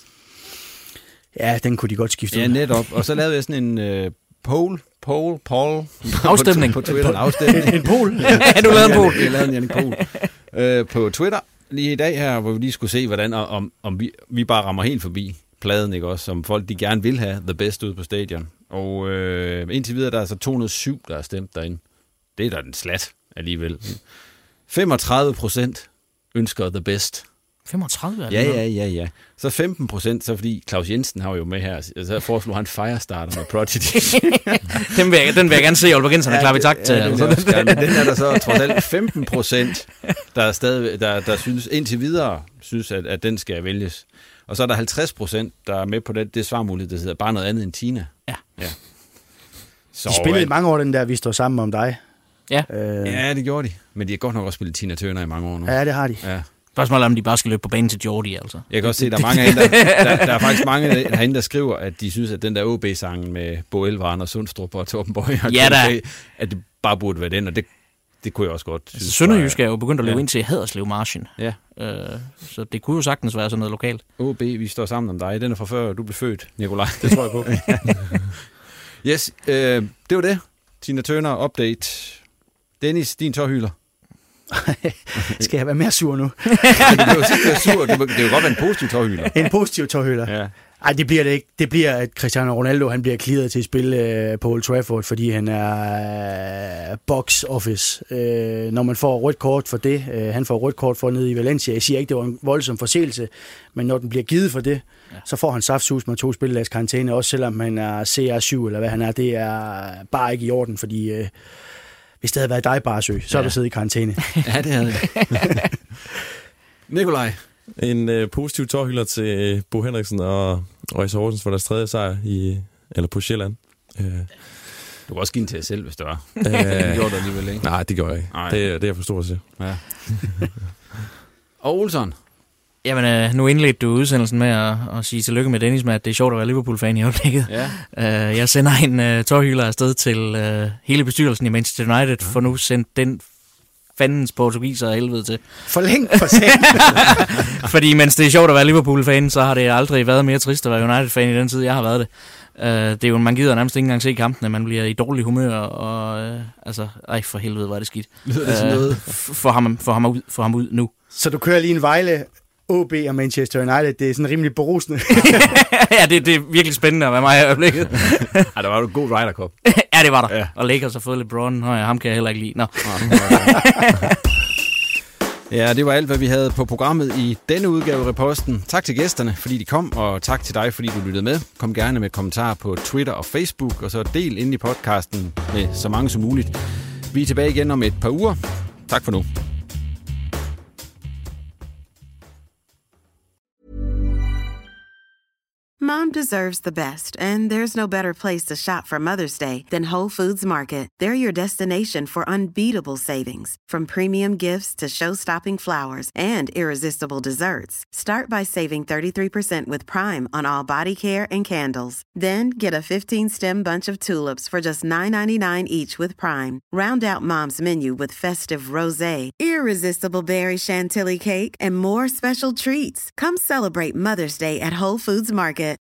Ja, den kunne de godt skifte ud. Ja, netop. Og så lavede jeg sådan en uh, poll, poll, poll. Afstemning. På, på Twitter. Afstemning. En poll? Ja, du lavede en poll. Jeg lavede en poll. Uh, på Twitter lige i dag her, hvor vi lige skulle se, hvordan, om, om vi, vi bare rammer helt forbi pladen, ikke også? Som folk, de gerne vil have the best ud på stadion. Og uh, indtil videre, der er altså to hundrede og syv, der er stemt derinde. Det er da en slat alligevel. femogtredive procent ønsker the best. femogtredive er det Ja, ja, ja, ja. Så femten procent, så fordi Claus Jensen har jo med her, så foreslog han Firestarter med Prodigy. den, vil jeg, den vil jeg gerne se, Aalborg Gensen er klar ved takt til. Ja, den, også gerne, men den er der så trods alt femten procent, der, er stadig, der, der synes indtil videre, synes, at, at den skal vælges. Og så er der halvtreds procent, der er med på det, det svarmulighed, der hedder bare noget andet end Tina. Ja. ja. Så, de spillede i mange år, den der, vi står sammen om dig. Ja. Øh. Ja, det gjorde de. Men de har godt nok også spillet Tina Turner i mange år nu. Ja, det har de. Ja. Spørgsmålet er, om de bare skal løbe på banen til Jordi, altså. Jeg kan også se, at der er mange af der, der, der er faktisk mange herinde, der skriver, at de synes, at den der O B-sangen med Bo Elvaren og Sundstrup og Torben Bøje, ja, der... at det bare burde være den, og det, det kunne jeg også godt synes. Altså, Sønderjysk er jo begyndt at løbe ja. ind til Haderslev Marchen. Ja. Øh, så det kunne jo sagtens være sådan noget lokalt. O B, vi står sammen om dig. Den er fra før, du blev født, Nikolaj. Det tror jeg på. Yes, øh, det var det. Tina Turner update. Dennis, din tårhyler. Skal jeg være mere sur nu? Ja, du kan jo ikke være sur. Det vil jo godt være en positiv tårhyler. En positiv tårhyler? Ja. Ej, det bliver det ikke. Det bliver, at Cristiano Ronaldo han bliver clearet til at spille øh, på Old Trafford, fordi han er øh, box office. Øh, når man får rødt kort for det, øh, han får rødt kort for nede i Valencia. Jeg siger ikke, det var en voldsom forseelse, men når den bliver givet for det, ja. så får han saftsus med to spilledags karantæne, også selvom han er C R syv eller hvad han er. Det er bare ikke i orden, fordi... Øh, hvis det havde været dig, Barsø, så ja. havde du siddet i karantæne. Ja, det havde jeg. Nikolaj. En øh, positiv tårhylder til Bo Henriksen og Røise Horsens for deres tredje sejr i, eller på Sjælland. Øh. Du kan også give den til jer selv, hvis det var. Øh, det gjorde du alligevel ikke. Nej, det gør jeg ikke. Det, det er jeg forstår til. Ja. Og Olsson. Jamen, øh, nu indledte du udsendelsen med at, at sige tillykke med Dennis med, at det er sjovt at være Liverpool-fan i øjeblikket. Ja. Øh, jeg sender en øh, tårhylder afsted til øh, hele bestyrelsen i Manchester United, ja. for nu sendt den fandens portugiser helvede til. Forlængt for sent. Fordi mens det er sjovt at være Liverpool-fan, så har det aldrig været mere trist at være United-fan i den tid, jeg har været det. Uh, det er jo, man gider nærmest ikke engang se kampene, man bliver i dårlig humør, og uh, altså, ej for helvede, var det skidt. Lyder det sådan noget? Få ham, få ham ud, få ham ud nu. Så du kører lige en Vejle O B og Manchester United, det er sådan rimelig berusende. Ja, det, det er virkelig spændende at være mig i øjeblikket. Ja, der var jo en god Ryder Cup. Ja, det var der. Ja. Og Lakers har fået LeBron. Nå ja, ham kan jeg heller ikke lide. Nå. Ja, det var alt, hvad vi havde på programmet i denne udgave af Reposten. Tak til gæsterne, fordi de kom, og tak til dig, fordi du lyttede med. Kom gerne med kommentarer på Twitter og Facebook, og så del ind i podcasten med så mange som muligt. Vi er tilbage igen om et par uger. Tak for nu. Mom deserves the best, and there's no better place to shop for Mother's Day than Whole Foods Market. They're your destination for unbeatable savings, from premium gifts to show-stopping flowers and irresistible desserts. Start by saving thirty-three percent with Prime on all body care and candles. Then get a fifteen-stem bunch of tulips for just nine ninety-nine each with Prime. Round out Mom's menu with festive rosé, irresistible berry chantilly cake, and more special treats. Come celebrate Mother's Day at Whole Foods Market.